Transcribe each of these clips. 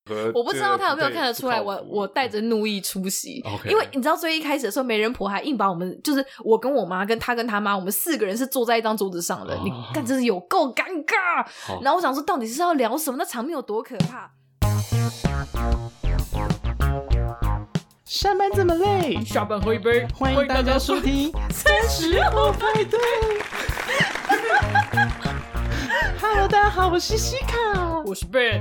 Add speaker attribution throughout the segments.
Speaker 1: 我不知道他有没有看得出来我带着怒意出席，因为你知道最一开始的时候媒人婆还硬把我们就是我跟我妈跟他跟他妈我们4个人是坐在一张桌子上的，你看真是有够尴尬。然后我想说到底是要聊什么，那场面有多可怕。
Speaker 2: 上班这么累，
Speaker 1: 下班喝一杯，
Speaker 2: 欢迎大家收听30后派对。Hello， 大家好，我是西卡，
Speaker 1: 我是 Ben。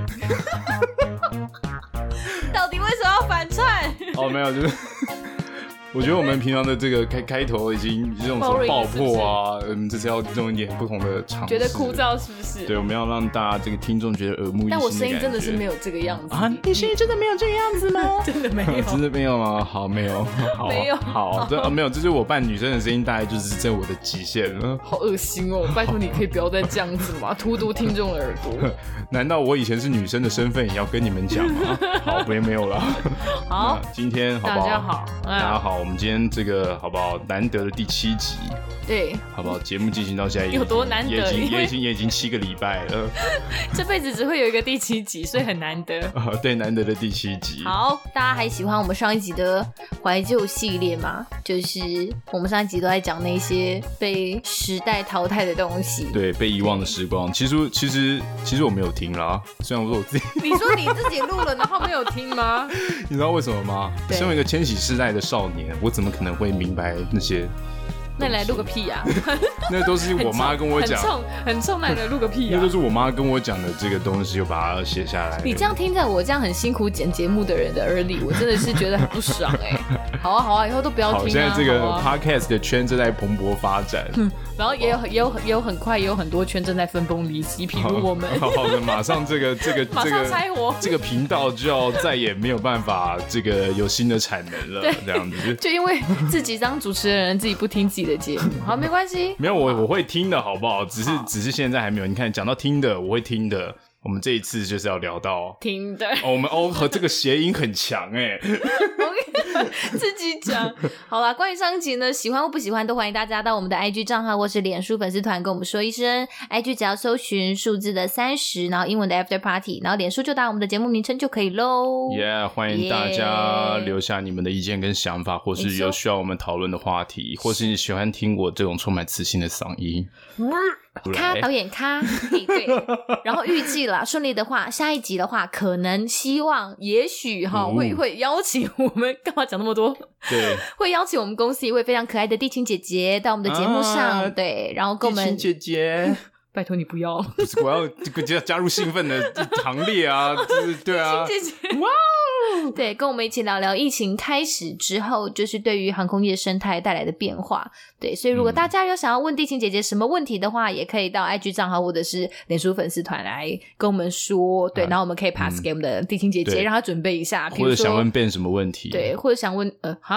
Speaker 1: 到底为什么要反串？
Speaker 3: 没有，就是我觉得我们平常的这个开头已经这种什么爆破啊，这次要用一点不同的尝试，
Speaker 1: 觉得枯燥是不是？
Speaker 3: 对，我们要让大家这个听众觉得耳目一新的感觉。
Speaker 1: 但我声音真的是没有这个样子
Speaker 2: 啊！你声音真的没有这个样子吗？
Speaker 1: 真的没有，
Speaker 3: 真的没有吗？好，没有，好，
Speaker 1: 没有，
Speaker 3: 好，没有，这就是我扮女生的声音，大概就是在我的极限了。
Speaker 1: 好恶心哦！拜托你可以不要再这样子嘛，荼毒听众的耳朵。
Speaker 3: 难道我以前是女生的身份也要跟你们讲吗？好，没有了。
Speaker 1: 好，
Speaker 3: 今天好不好？
Speaker 1: 大家好，
Speaker 3: 大家好，我们今天这个好不好？难得的第7集，
Speaker 1: 对，
Speaker 3: 好不好？节目进行到现在
Speaker 1: 有多难得？
Speaker 3: 也已经7个礼拜了。
Speaker 1: 这辈子只会有一个第7集，所以很难得。
Speaker 3: 对，难得的第7集。
Speaker 1: 好，大家还喜欢我们上一集的怀旧系列吗？就是我们上一集都在讲那些被时代淘汰的东西，
Speaker 3: 对，被遗忘的时光。其实我没有听啦，虽然我说我自己。
Speaker 1: 你说你自己录了，然后没有听吗？
Speaker 3: 你知道为什么吗？身为一个千禧世代的少年，我怎么可能会明白那些？
Speaker 1: 那你来录个屁啊！
Speaker 3: 那都是我妈跟我讲，
Speaker 1: 很冲，那你来录个屁啊！
Speaker 3: 那都是我妈跟我讲的这个东西，就把它写下来。
Speaker 1: 你这样听在我这样很辛苦剪节目的人的耳里，我真的是觉得很不爽哎。好啊，以后都不要听啊。
Speaker 3: 好，现在这个 podcast 的圈正在蓬勃发展，
Speaker 1: 然后也有很快也有很多圈正在分崩离析，譬如我们。
Speaker 3: 好的，马上
Speaker 1: 马上拆伙，
Speaker 3: 这个频道就要再也没有办法这个有新的产能了，这样子。就
Speaker 1: 因为自己当主持人，自己不听自己的节目，好，没关系。
Speaker 3: 没有我会听的好不好？只是现在还没有。你看，讲到听的，我会听的。我们这一次就是要聊到
Speaker 1: 听的，
Speaker 3: 我们和这个谐音很强哎。
Speaker 1: 自己讲好啦，关于上一集呢，喜欢或不喜欢都欢迎大家到我们的 IG 账号或是脸书粉丝团跟我们说一声。IG 只要搜寻数字的30，然后英文的 After Party， 然后脸书就打我们的节目名称就可以咯。
Speaker 3: 欢迎大家留下你们的意见跟想法，或是有需要我们讨论的话题，或是你喜欢听我这种充满磁性的嗓音。
Speaker 1: 咔导演咔，对，然后预计啦，顺利的话，下一集的话，可能希望也许会邀请我们，干嘛讲那么多？对，会邀请我们公司一位非常可爱的地勤姐姐到我们的节目上，对，然后跟我们
Speaker 3: 地勤姐姐。
Speaker 1: 拜托你不要，
Speaker 3: 不是我要加入兴奋的行列啊！对啊，
Speaker 1: 姐姐，哇哦，对，跟我们一起聊聊疫情开始之后，就是对于航空业生态带来的变化。对，所以如果大家有想要问地勤姐姐什么问题的话，也可以到 IG 账号或者是脸书粉丝团来跟我们说。对，然后我们可以 pass 给我们的地勤姐姐，让她准备一下，
Speaker 3: 或者想问 Ben 什么问题，
Speaker 1: 对，或者想问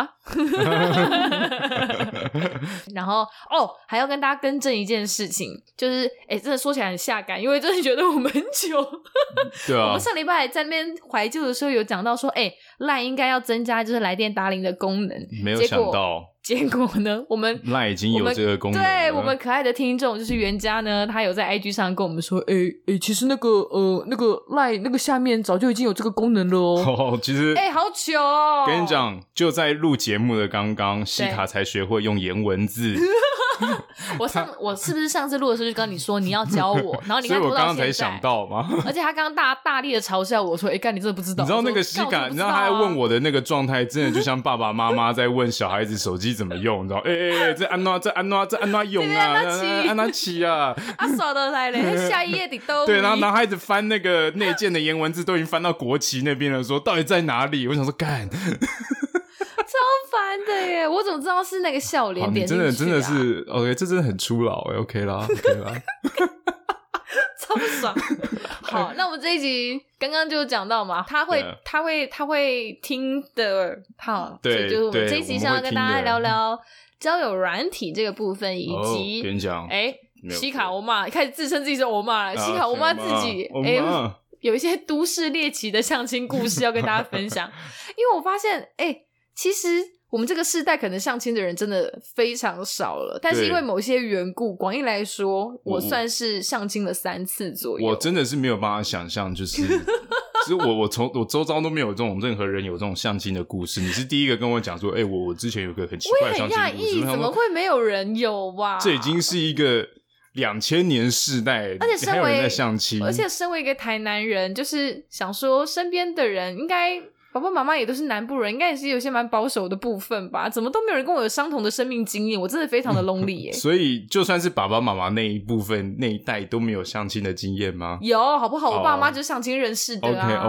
Speaker 1: 然后还要跟大家更正一件事情，就是真的说起来很下感，因为真的觉得我们很久。
Speaker 3: 对啊，
Speaker 1: 我们上礼拜在那边怀旧的时候有讲到说LINE 应该要增加就是来电答铃的功能，
Speaker 3: 没有想到
Speaker 1: 结果呢，我们
Speaker 3: LINE 已经有这个功能了。
Speaker 1: 对，我们可爱的听众就是袁家呢，他有在 IG 上跟我们说其实那个 LINE 那个下面早就已经有这个功能了哦。
Speaker 3: 其实
Speaker 1: 好糗哦。
Speaker 3: 跟你讲，就在录节目的刚刚，西卡才学会用颜文字。
Speaker 1: 我是不是上次录的时候就跟你说你要教我，然后你看
Speaker 3: 所以我刚刚才想到吗？
Speaker 1: 而且他刚刚大力的嘲笑我说干你真的不知道。
Speaker 3: 你知道那个西卡，你知道他在问我的那个状态真的就像爸爸妈妈在问小孩子手机怎么用，你知道这安哪用啊，安哪起啊，
Speaker 1: 耍得来嘞，下一页你都
Speaker 3: 对，然后男孩子翻那个内建的颜文字都已经翻到国旗那边了，说到底在哪里？我想说干
Speaker 1: 超烦的耶，我怎么知道是那个笑脸点进去啊？
Speaker 3: 你真的是 OK， 这真的很初老OK 啦
Speaker 1: 超不爽。好，那我们这一集刚刚就讲到嘛，他会听的，好，对，就是我们这一集想要跟大家聊聊交友软体这个部分，以及
Speaker 3: 跟你讲，
Speaker 1: 西卡欧玛开始自称自己是欧玛了，西卡欧玛自己有一些都市猎奇的相亲故事要跟大家分享，因为我发现其实我们这个世代可能相亲的人真的非常少了，但是因为某些缘故，广义来说我算是相亲了3次左右。
Speaker 3: 我真的是没有办法想象，就是其实我周遭都没有这种任何人有这种相亲的故事，你是第一个跟我讲说，我之前有个很奇怪的相亲故事，
Speaker 1: 我也很讶异，怎么会没有人有吧？
Speaker 3: 这已经是一个2000年世代，
Speaker 1: 而且
Speaker 3: 还有人在相亲，
Speaker 1: 而且身为一个台南人，就是想说身边的人应该。爸爸妈妈也都是南部人，应该也是有些蛮保守的部分吧？怎么都没有人跟我有相同的生命经验，我真的非常的 lonely 耶。
Speaker 3: 所以就算是爸爸妈妈那一部分那一代都没有相亲的经验吗？
Speaker 1: 有，好不好？我爸妈就是相亲认识的啊。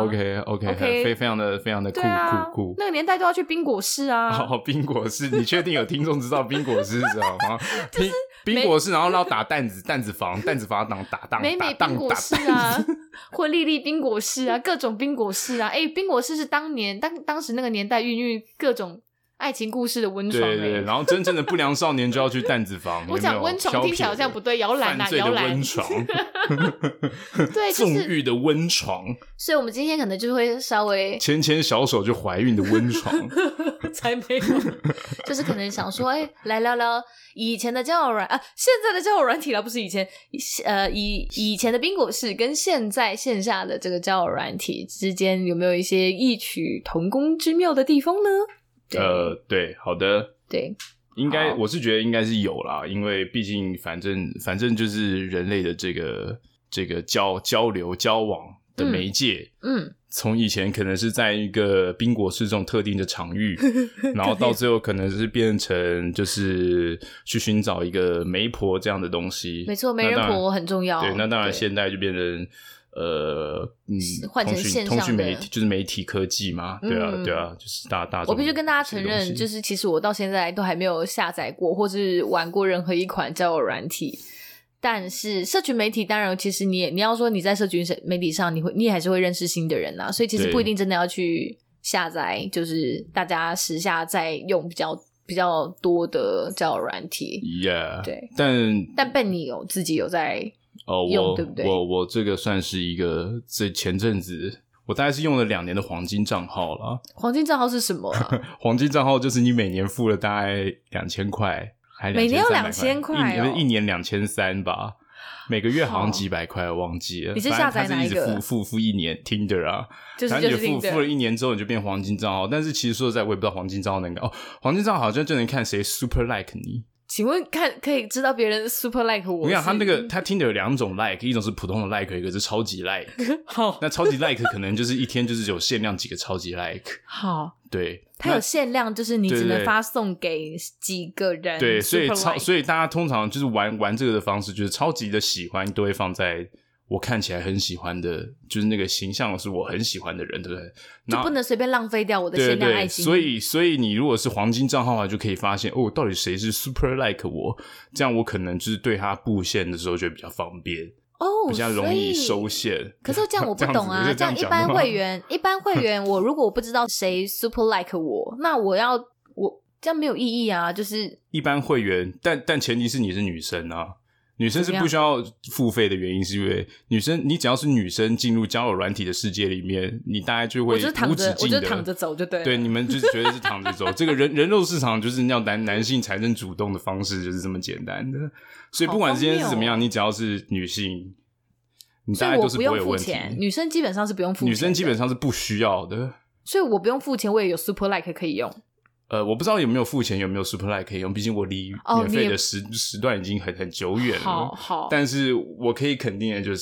Speaker 3: OK， 非常的酷、
Speaker 1: 啊、
Speaker 3: 酷。
Speaker 1: 那个年代都要去冰果室啊。
Speaker 3: 冰果室，你确定有听众知道冰果室是什么吗？冰果室，然后要打弹子房打
Speaker 1: 美美冰果室啊，或丽丽冰果室啊，各种冰果室啊。冰果室是当时那个年代孕育各种爱情故事的温床。
Speaker 3: 对，然后真正的不良少年就要去弹子房。
Speaker 1: 我讲温床听起来好像不对，摇篮啊，摇篮
Speaker 3: 温床。
Speaker 1: 对，
Speaker 3: 纵欲的温床。
Speaker 1: 所以我们今天可能就会稍微
Speaker 3: 牵小手就怀孕的温床。
Speaker 1: 才没有，就是可能想说，来聊聊以前的交友现在的交友软体啦，不是以前，以前的冰果室跟现在线下的这个交友软体之间有没有一些异曲同工之妙的地方呢？
Speaker 3: 对，好的，
Speaker 1: 对，
Speaker 3: 应该我是觉得应该是有啦，因为毕竟反正就是人类的这个交流交往的媒介，从以前可能是在一个冰果室这种特定的场域，然后到最后可能是变成就是去寻找一个媒婆这样的东西。
Speaker 1: 没错，媒人婆很重要。
Speaker 3: 对，那当然现在就变成
Speaker 1: 换成线上的
Speaker 3: 通讯媒体，就是媒体科技嘛。对啊，就是大众。
Speaker 1: 我必须跟大家承认，就是其实我到现在都还没有下载过或是玩过任何一款交友软体。但是社群媒体当然其实你要说你在社群媒体上你也还是会认识新的人啊，所以其实不一定真的要去下载就是大家时下在用比较多的交友软体。
Speaker 3: Yeah，
Speaker 1: 对，但Ben你自己有在用对不对？
Speaker 3: 我这个算是一个前阵子我大概是用了2年的黄金账号啦。
Speaker 1: 黄金账号是什么啊？
Speaker 3: 黄金账号就是你每年付了大概2000块，
Speaker 1: 每年有2000块
Speaker 3: 一年2300吧，每个月好像几百块我忘记了。
Speaker 1: 你是下载哪一个？
Speaker 3: 反正付1年 Tinder 啊，
Speaker 1: 就是
Speaker 3: 付了1年之后你就变黄金账号。但是其实说实在我也不知道黄金账号能干黄金账号好像就能看谁 super like 你。
Speaker 1: 请问可以知道别人 super like 我？
Speaker 3: 我跟你讲，他Tinder有2种 like， 一种是普通的 like， 一个是超级 like。
Speaker 1: 好，
Speaker 3: 那超级 like 可能就是一天就是有限量几个超级 like。
Speaker 1: 好，
Speaker 3: 对，
Speaker 1: 它有限量，就是你只能发送给几个人。
Speaker 3: 对，所以大家通常就是玩这个的方式，就是超级的喜欢都会放在我看起来很喜欢的，就是那个形象是我很喜欢的人，对不对？
Speaker 1: 就不能随便浪费掉我的限量爱心。
Speaker 3: 对，所以你如果是黄金账号的话，就可以发现到底谁是 super like 我，这样我可能就是对他布线的时候就会比较方便。比较容易收线。
Speaker 1: 可是这样我不懂啊，这样一般会员我如果我不知道谁 super like 我，那我这样没有意义啊。就是
Speaker 3: 一般会员，但前提是你是女生啊。女生是不需要付费的原因是因为你只要是女生进入交友软体的世界里面，你大概就会无止境的
Speaker 1: 我就躺着走就对了。
Speaker 3: 对，你们就是绝对是躺着走。这个人肉市场就是要男性才能主动的方式，就是这么简单的。所以不管今天是怎么样，你只要是女性，你大概都是不会有问题。
Speaker 1: 女生基本上是不用付钱，
Speaker 3: 女生基本上是不需要的。
Speaker 1: 所以我不用付钱，我也有 super like 可以用。
Speaker 3: 我不知道有没有付钱，有没有 super like 可以用，毕竟我离免费的时段已经很久远了。
Speaker 1: 好，
Speaker 3: 但是我可以肯定的就是，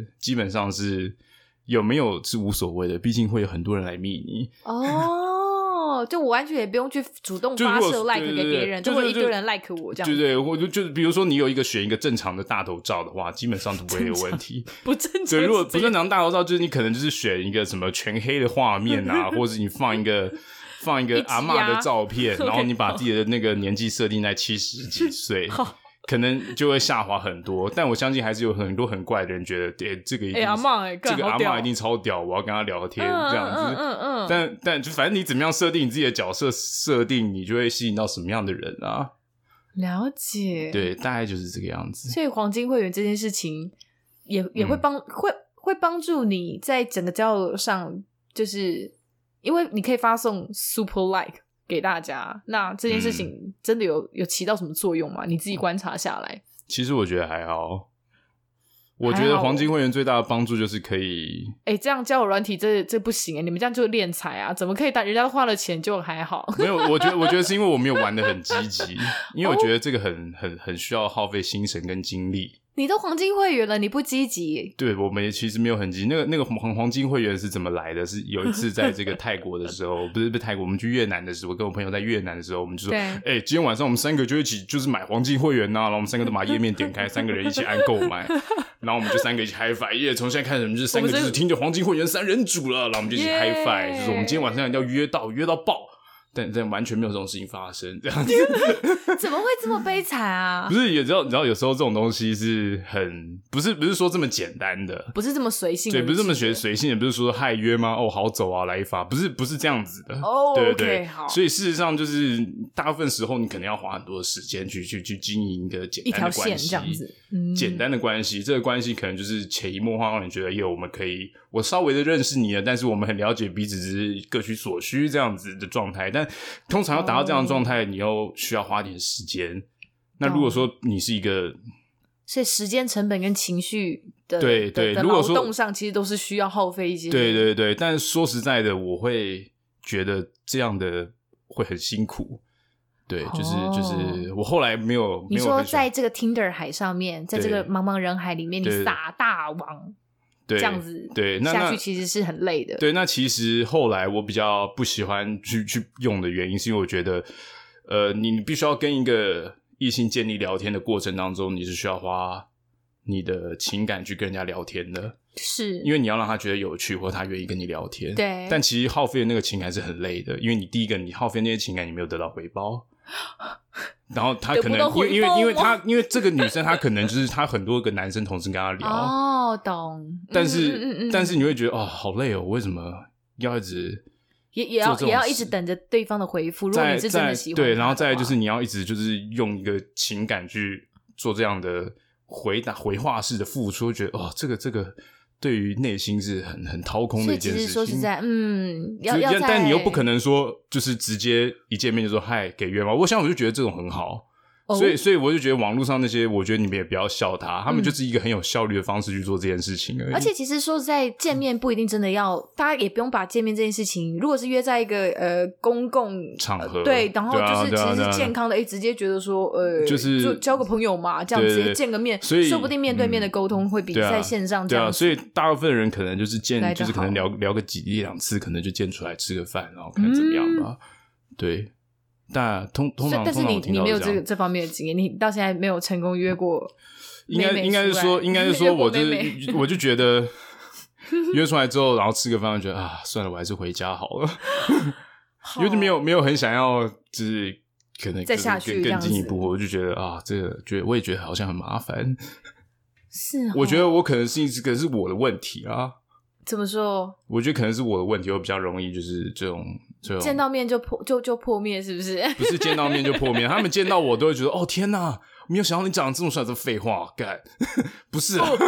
Speaker 3: 基本上是有没有是无所谓的，毕竟会有很多人来密你。
Speaker 1: 就我完全也不用去主动发射 like 给别人，就会一堆人 like 我这样。
Speaker 3: 对，我就比如说你选一个正常的大头照的话，基本上都不会有问题。
Speaker 1: 不正常。
Speaker 3: 对，如果不正常大头照，就是你可能就是选一个什么全黑的画面啊，或者你放一个阿嬷的照片，然后你把自己的那个年纪设定在70几岁，可能就会下滑很多。但我相信还是有很多很怪的人觉得，这个一定
Speaker 1: 阿嬷
Speaker 3: 这个阿嬷一定超屌，我要跟他聊天这样子。但就反正你怎么样设定你自己的角色设定，你就会吸引到什么样的人啊？
Speaker 1: 了解，
Speaker 3: 对，大概就是这个样子。
Speaker 1: 所以黄金会员这件事情也会帮助你在整个交友上，就是因为你可以发送 super like 给大家，那这件事情真的有起到什么作用吗？你自己观察下来。
Speaker 3: 其实我觉得还好， 我觉得黄金会员最大的帮助就是可以，
Speaker 2: 这样交友软体这不行你们这样就敛财啊，怎么可以人家花了钱就还好？
Speaker 3: 没有，我觉得是因为我没有玩得很积极，因为我觉得这个很需要耗费心神跟精力。
Speaker 1: 你都黄金会员了，你不积极？
Speaker 3: 对，我们也其实没有很积极。那个黄金会员是怎么来的？是有一次在这个泰国的时候，不是泰国，我们去越南的时候，跟我朋友在越南的时候，我们就说，今天晚上我们3个就一起就是买黄金会员然后我们3个都把页面点开，3个人一起按购买，然后我们就3个一起 high five， 从现在开始我们就3个就是听着黄金会员3人组了，然后我们就一起 high five， 就是我们今天晚上要约到爆。但完全没有这种事情发生，这样子
Speaker 1: 怎么会这么悲惨啊？
Speaker 3: 不是，你知道有时候这种东西是不是说这么简单的，
Speaker 1: 不是这么随性的，
Speaker 3: 对，不是这么随性的，不是说嗨约吗？好走啊，来一发，不是这样子的。对对，
Speaker 2: okay， 好。
Speaker 3: 所以事实上就是大部分时候你可能要花很多的时间去经营一个简单的关系，
Speaker 1: 这样子，
Speaker 3: 简单的关系，这个关系可能就是潜移默化让你觉得，我们可以，我稍微的认识你了，但是我们很了解彼此，只是各取所需这样子的状态。但通常要达到这样的状态，你又需要花点时间。那如果说你是一个，
Speaker 1: 所以时间成本跟情绪的
Speaker 3: 对，如果说
Speaker 2: 劳动上其实都是需要耗费一些。
Speaker 3: 对，但说实在的，我会觉得这样的会很辛苦。对，就是我后来没有
Speaker 1: 你说在这个 Tinder 海上面，在这个茫茫人海里面，你撒大网。这样子
Speaker 3: 对
Speaker 1: 下去其实是很累的。
Speaker 3: 对，那其实后来我比较不喜欢去用的原因，是因为我觉得，你必须要跟一个异性建立聊天的过程当中，你是需要花你的情感去跟人家聊天的，
Speaker 1: 是
Speaker 3: 因为你要让他觉得有趣，或者他愿意跟你聊天。
Speaker 1: 对，
Speaker 3: 但其实耗费的那个情感是很累的，因为你你耗费那些情感，你没有得到回报。然后他可能因为这个女生她可能就是她很多个男生同时跟她聊
Speaker 1: 懂，
Speaker 3: 但是你会觉得好累哦，为什么要一直
Speaker 1: 也要一直等着对方的回复？如果你是真的喜欢他的话，
Speaker 3: 对，然后再来就是你要一直就是用一个情感去做这样的回话式的付出，觉得这个对于内心是很掏空的一件事情。
Speaker 1: 其实说实在，
Speaker 3: 但你又不可能说就是直接一见面就说嗨给约吗？我就觉得这种很好。所以我就觉得网络上那些，我觉得你们也不要笑他们就是一个很有效率的方式去做这件事情而已。
Speaker 1: 而且其实说实在，见面不一定真的要，大家也不用把见面这件事情，如果是约在一个公共
Speaker 3: 场合，
Speaker 1: 对，然后就是其实是健康的，直接觉得说
Speaker 3: 就是
Speaker 1: 就交个朋友嘛，这样直接见个面，所以说不定面对面的沟通会比在线上这样子。
Speaker 3: 所以大部分人可能就是就是可能聊个一两次，可能就见出来吃个饭，然后看怎么样吧。对。但通常，
Speaker 2: 但是你没有这方面的经验，你到现在没有成功约过妹妹。
Speaker 3: 应该是说，我就觉得约出来之后，然后吃个饭，就觉得算了，我还是回家好了，因为就没有很想要，就是可能
Speaker 1: 再下去
Speaker 3: 更进一步，我就觉得这个我也觉得好像很麻烦。
Speaker 1: 是，
Speaker 3: 我觉得我可能是我的问题啊。
Speaker 1: 怎么说？
Speaker 3: 我觉得可能是我的问题，我比较容易就是这种
Speaker 1: 见到面就破灭，是不是？
Speaker 3: 不是见到面就破灭，他们见到我都会觉得天哪，没有想到你长得这么帅，这废话干，不是啊。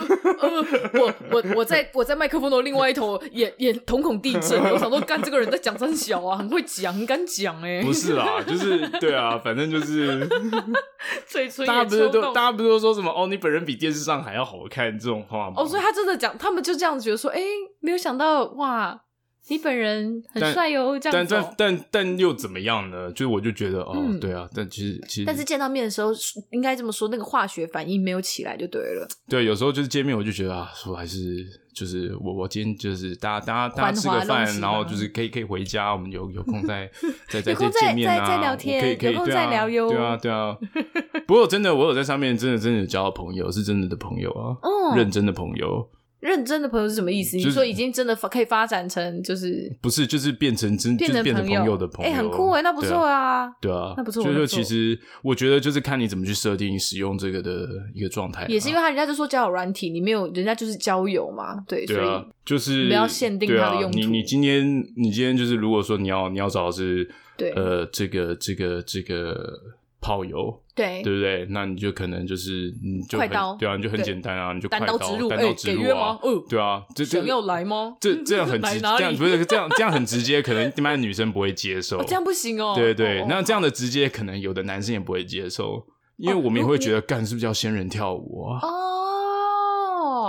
Speaker 2: 我在麦克风的另外一头也瞳孔地震，我想说干这个人在讲三小啊，很会讲，很敢讲
Speaker 3: 不是啦，就是对啊，反正就是
Speaker 2: 嘴唇
Speaker 3: 大家不是都说什么你本人比电视上还要好看这种话吗？
Speaker 2: 所以他真的讲，他们就这样子觉得说
Speaker 1: 没有想到哇，你本人很帅哟，这样子。
Speaker 3: 但又怎么样呢？就我就觉得对啊，但其实，
Speaker 1: 但是见到面的时候，应该这么说，那个化学反应没有起来就对了。
Speaker 3: 对，有时候就是见面，我就觉得说还是就是我今天就是大家吃个饭，然后就是可以回家，我们有空再见面啊，
Speaker 1: 再聊天，
Speaker 3: 可以
Speaker 1: 有空再聊哟。
Speaker 3: 对啊。不过真的，我有在上面真的交到朋友，是真的朋友啊，认真的朋友。
Speaker 1: 认真的朋友是什么意思？你说已经真的可以发展成就是
Speaker 3: 不是就是变成朋友的朋友，
Speaker 1: 很酷那不错啊。
Speaker 3: 对啊，
Speaker 1: 那不错。
Speaker 3: 就其实我觉得就是看你怎么去设定使用这个的一个状态。
Speaker 1: 也是因为人家就说交友软体，你没有人家就是交友嘛，对啊，所以
Speaker 3: 就是
Speaker 1: 不要限定它的用途。
Speaker 3: 你今天就是如果说你要找的是
Speaker 1: 对
Speaker 3: 这个炮友。对不对？那你就可能就是
Speaker 1: 快刀，
Speaker 3: 对啊，你就很简单啊，你就快
Speaker 2: 刀直入，
Speaker 3: 给约吗？对啊，
Speaker 2: 想要来吗？
Speaker 3: 这样很直，这样不是这样很直接，可能一般的女生不会接受。
Speaker 2: 这样不行哦。
Speaker 3: 对，那这样的直接，可能有的男生也不会接受，因为我们也会觉得干是不是要仙人跳舞啊？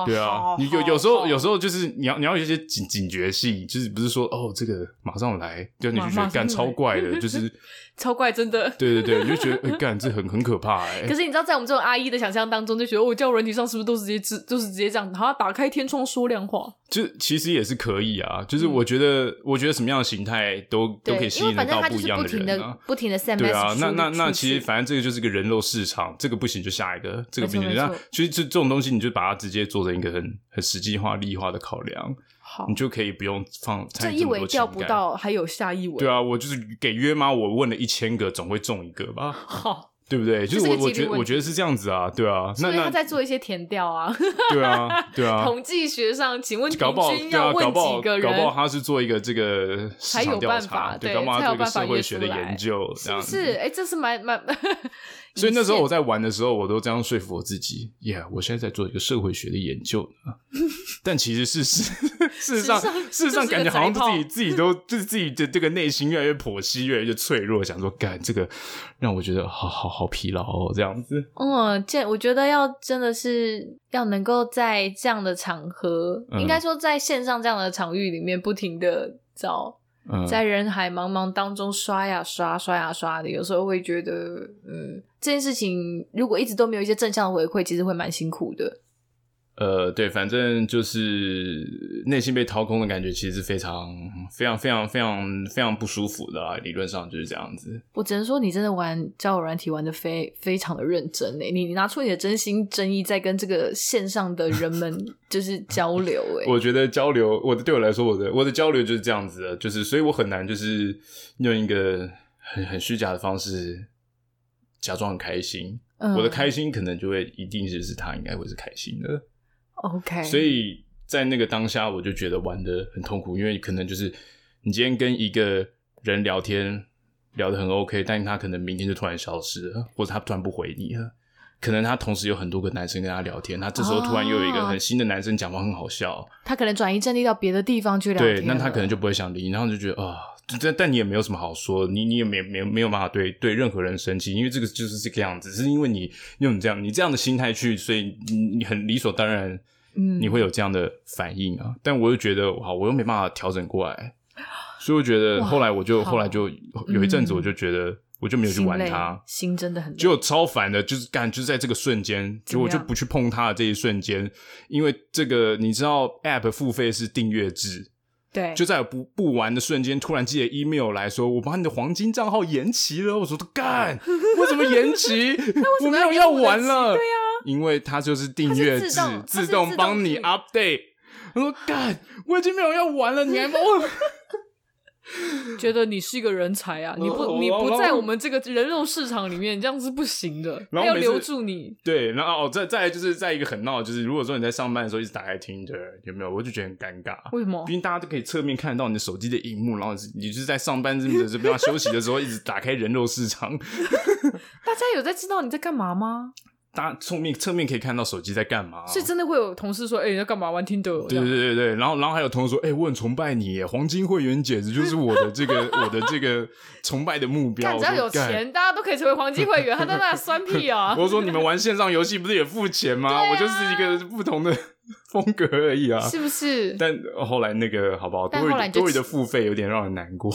Speaker 3: 对啊，你有时候就是你要有一些警觉性，就是不是说这个马上来，就你就觉得干超怪的，就是
Speaker 2: 超怪，真的。
Speaker 3: 对，你就觉得干这很可怕
Speaker 2: 可是你知道，在我们这种阿姨的想象当中，就觉得交友软体上是不是都是直接这样，然后打开天窗说亮话？
Speaker 3: 就其实也是可以啊，就是我觉得什么样的形态都可以吸引得到不一样的人啊，
Speaker 1: 不停的 send message。
Speaker 3: 对啊，那其实反正这个就是个人肉市场，这个不行就下一个，这个不行那其实这种东西你就把它直接做成一个很实际化、立体化的考量，你就可以不用
Speaker 2: 这一尾钓不到，还有下一尾。
Speaker 3: 对啊，我就是给约吗？我问了1000个，总会中一个吧。
Speaker 2: 好。
Speaker 3: 对不对？就是我觉得是这样子啊，对啊。
Speaker 2: 所以他在做一些填调啊。
Speaker 3: 对啊。
Speaker 2: 统计学上，请问平均要问几个人？
Speaker 3: 搞不好他是做一个这个市场调查，
Speaker 2: 对，
Speaker 3: 搞不好他做一个社会学的研究，这样子。
Speaker 2: 是，这是蛮。
Speaker 3: 所以那时候我在玩的时候，我都这样说服我自己我现在在做一个社会学的研究呢。但其实事实上感觉好像自己都就是自己的这个内心越来越剖析，越来越脆弱，想说干这个让我觉得好疲劳这样子。
Speaker 1: 我觉得真的是要能够在这样的场合，应该说在线上这样的场域里面不停的找。在人海茫茫当中刷呀刷的，有时候会觉得这件事情如果一直都没有一些正向的回馈，其实会蛮辛苦的。
Speaker 3: 对，反正就是内心被掏空的感觉，其实是非常不舒服的啦。理论上就是这样子。
Speaker 1: 我只能说，你真的玩交友软体玩得非常的认真诶，你拿出你的真心真意，在跟这个线上的人们就是交流诶。
Speaker 3: 我觉得交流，对我来说，我的交流就是这样子的，就是所以我很难就是用一个很虚假的方式假装很开心。我的开心可能就会一定就是他应该会是开心的。
Speaker 1: OK，
Speaker 3: 所以在那个当下我就觉得玩得很痛苦，因为可能就是你今天跟一个人聊天聊得很 OK， 但他可能明天就突然消失了，或者他突然不回你了，可能他同时有很多个男生跟他聊天，他这时候突然又有一个很新的男生讲话很好笑，
Speaker 1: 他可能转移阵地到别的地方去聊天了，
Speaker 3: 对，那他可能就不会想理你，然后就觉得但你也没有什么好说，你也没有办法对任何人生气，因为这个就是这个样子，是因为你用你这样的心态去，所以你很理所当然，你会有这样的反应啊。但我又觉得好，我又没办法调整过来，所以我觉得后来就有一阵子，我就觉得我就没有去玩它，
Speaker 1: 心真的很累，
Speaker 3: 就超烦的，就是在这个瞬间，就我就不去碰它的这一瞬间，因为这个你知道 App 付费是订阅制。
Speaker 1: 对，
Speaker 3: 就在不玩的瞬间，突然寄了 email 来说，我把你的黄金账号延期了。我说干，为什么延期？我没有要玩了。
Speaker 1: 对啊，
Speaker 3: 因为它就是订阅制，自动帮你 update。我说干，我已经没有要玩了，你还帮我。
Speaker 2: 觉得你是一个人才啊！你不在我们这个人肉市场里面，这样是不行的。然后要留住你。对，然后再来就是在一个很闹，就是如果说你在上班的时候一直打开 Tinder， 有没有？我就觉得很尴尬。 为什么？
Speaker 3: 毕竟大家都可以侧面看到你的手机的荧幕，然后你就是在上班这边休息的时候一直打开人肉市场。
Speaker 2: 大家有在知道你在干嘛吗？
Speaker 3: 大家侧面可以看到手机在干嘛，
Speaker 2: 所以真的会有同事说：“你在干嘛？玩 Tinder？”
Speaker 3: 对，然后还有同事说：“我很崇拜你耶，黄金会员简直就是我的这个崇拜的目标。”
Speaker 2: 只要有钱，大家都可以成为黄金会员。他在那酸屁啊！
Speaker 3: 我说你们玩线上游戏不是也付钱吗？我就是一个不同的风格而已啊，
Speaker 2: 是不是？
Speaker 3: 但后来那个好不好？多余的付费有点让人难过。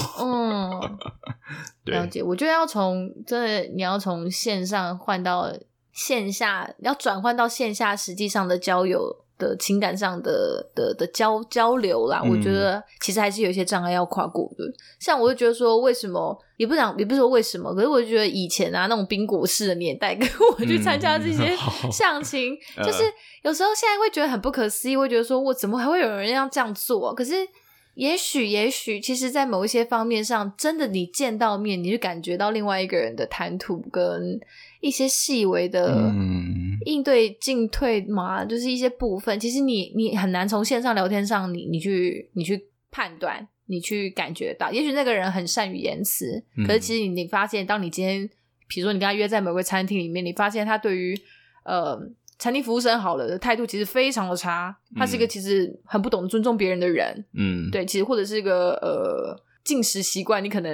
Speaker 1: 了解。我觉得你要从线上换到线下，要转换到线下实际上的交友的情感上的交流啦，我觉得其实还是有一些障碍要跨过的。像我就觉得说，为什么也不是说为什么，可是我就觉得以前啊那种冰果式的年代，跟我去参加这些相亲，就是有时候现在会觉得很不可思议，会觉得说我怎么还会有人要这样做？可是也许其实在某一些方面上，真的你见到面，你就感觉到另外一个人的谈吐跟一些细微的应对进退嘛，就是一些部分，其实你很难从线上聊天上你去判断，你去感觉到，也许那个人很善于言辞，可是其实你发现，当你今天比如说你跟他约在某个餐厅里面，你发现他对于餐厅服务生好了的态度其实非常的差，他是一个其实很不懂尊重别人的人，对，其实或者是一个进食习惯你可能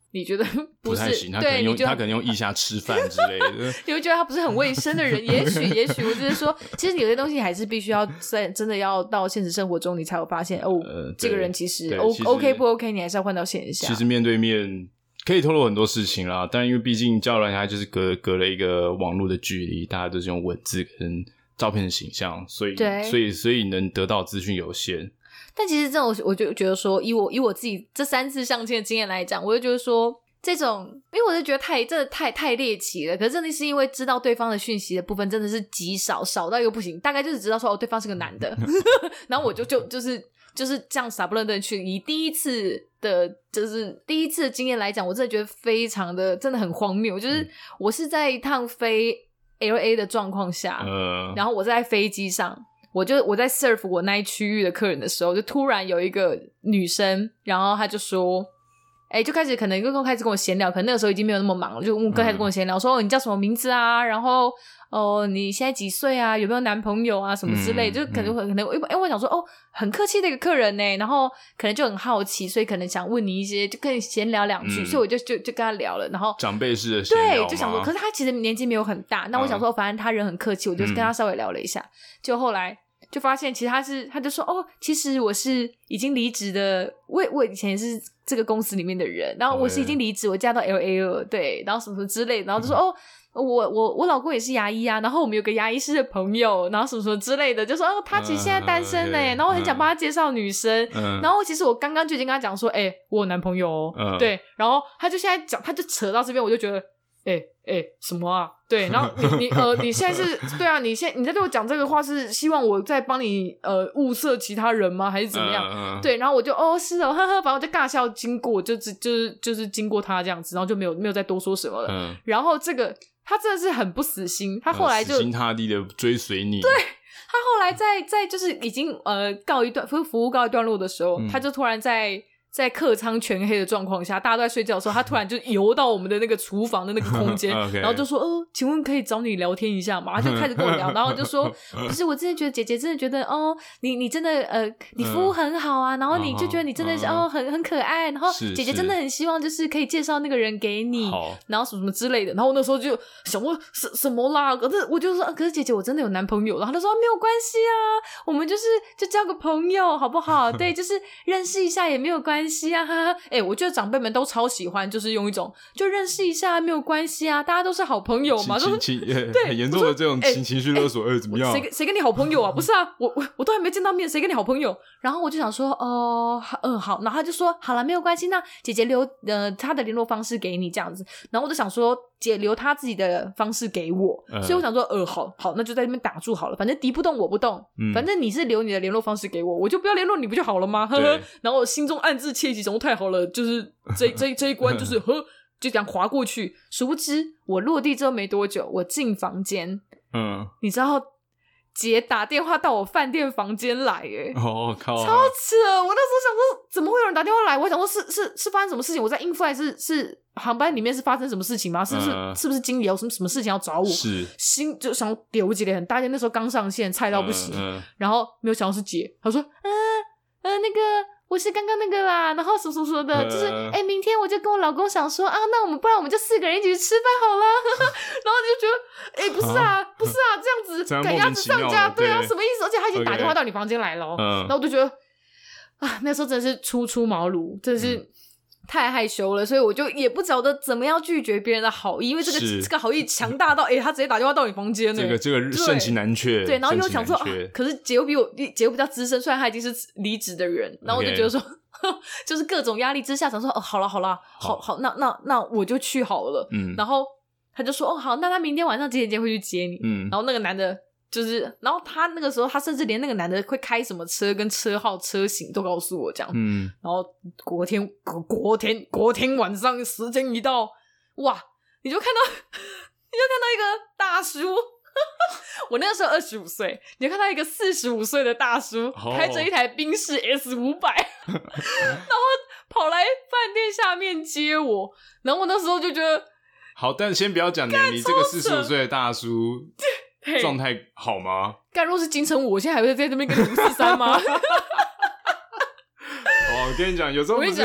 Speaker 2: 你觉得
Speaker 3: 不太行，他可能用腋下吃饭之类的，
Speaker 2: 你会觉得他不是很卫生的人。也许，我只是说，其实有些东西还是必须要真的要到现实生活中，你才有发现这个人其实 OK 不 OK， 你还是要换到线下。
Speaker 3: 其实面对面可以透露很多事情啦，但因为毕竟交友软件它就是隔了一个网络的距离，大家都是用文字跟照片的形象，所以能得到资讯有限。
Speaker 2: 但其实这种我就觉得说，以我自己这3次相亲的经验来讲，我就觉得说这种，因为我就觉得真的太猎奇了。可是真的是因为知道对方的讯息的部分真的是极少到一个不行，大概就是知道说对方是个男的，然后我就是这样傻不愣登去。以第一次的经验来讲，我真的觉得非常的真的很荒谬。就是我是在一趟飞 LA 的状况下，然后我在飞机上。我在 serve 我那一区域的客人的时候，就突然有一个女生，然后她就说，就开始可能开始跟我闲聊，可能那个时候已经没有那么忙了，就开始跟我闲聊，说你叫什么名字啊，然后你现在几岁啊，有没有男朋友啊什么之类，就可能我想说很客气的一个客人呢，然后可能就很好奇，所以可能想问你一些，就跟你闲聊2句，所以我就跟他聊了，然后
Speaker 3: 长辈式的闲聊，
Speaker 2: 对，就想说，可是他其实年纪没有很大，那我想说反正他人很客气，我就跟他稍微聊了一下，就后来就发现其实他就说其实我是已经离职的，我以前也是这个公司里面的人，然后我是已经离职，我嫁到 LA 了，对，然后什么什么之类的，然后就说我老公也是牙医啊，然后我们有个牙医师的朋友，然后什么什么之类的，就说他其实现在单身然后我很想帮他介绍女生，然后其实我刚刚就已经跟他讲说我有男朋友对，然后他就现在讲，他就扯到这边，我就觉得什么啊？对，然后你现在是对啊，你在对我讲这个话是希望我在帮你物色其他人吗？还是怎么样？对，然后我就是呵呵，反正我就尬笑经过，就是经过他这样子，然后就没有再多说什么了。然后这个他真的是很不死心，他后来就
Speaker 3: 死心塌地的追随你。
Speaker 2: 对，他后来在就是已经服务告一段落的时候，他就突然在客舱全黑的状况下，大家都在睡觉的时候，他突然就游到我们的那个厨房的那个空间然后就说请问可以找你聊天一下吗？他就开始跟我聊然后就说不是，我真的觉得姐姐真的觉得你真的你服务很好啊，然后你就觉得你真的是很可爱，然后姐姐真的很希望就是可以介绍那个人给你，然后什么什么之类的，然后我那时候就想说什么啦，可是我就说可是姐姐我真的有男朋友，然后他说没有关系啊，我们就交个朋友好不好？对，就是认识一下也没有关系啊，哈哈。我觉得长辈们都超喜欢，就是用一种就认识一下没有关系啊，大家都是好朋友嘛，对，
Speaker 3: 很严重的这种情绪勒索，怎么样？
Speaker 2: 谁跟你好朋友啊？不是啊，我都还没见到面，谁跟你好朋友？然后我就想说，好，然后他就说好了，没有关系，那姐姐留他的联络方式给你这样子。然后我就想说，姐留他自己的方式给我，所以我想说，好，那就在那边打住好了，反正敌不动我不动，反正你是留你的联络方式给我，我就不要联络你不就好了吗？呵呵。然后我心中暗自窃喜，太好了，就是这一关就是就这样滑過去。殊不知我落地之后没多久，我进房间，你知道姐打电话到我饭店房间来
Speaker 3: 靠，
Speaker 2: 超扯！我那时候想说怎么会有人打电话来，我想说是发生什么事情，我在 in-flight 是航班里面是发生什么事情吗？是不是经理有什么事情要找我？是心就想丢姐很大，那时候刚上线菜到不行，然后没有想到是姐，她说那个我是刚刚那个啦，然后什么什么的，就是明天我就跟我老公想说那不然我们就4个人一起去吃饭好了然后就觉得不是啊这样子赶鸭子上架，对啊，什么意思？而且他已经打电话到你房间来了然后我就觉得那时候真的是初茅庐，真的是太害羞了，所以我就也不晓得怎么样拒绝别人的好意，因为这个好意强大到他直接打电话到你房间
Speaker 3: 这个盛情难却，
Speaker 2: 对，然后又想说可是姐又比较资深，虽然他已经是离职的人，然后我就觉得说就是各种压力之下想说好了好那我就去好了然后他就说好，那他明天晚上几点会去接你然后那个男的就是然后他那个时候他甚至连那个男的会开什么车跟车号车型都告诉我这样然后国天晚上时间一到，哇你就看到一个大叔我那个时候25岁，你就看到一个45岁的大叔开着一台宾士 S500 然后跑来饭店下面接我，然后我那时候就觉得
Speaker 3: 好，但先不要讲年龄，这个45岁的大叔状态好吗？
Speaker 2: 干若是金城武，我现在还会在这边跟你543吗？
Speaker 3: 我跟你讲，有时候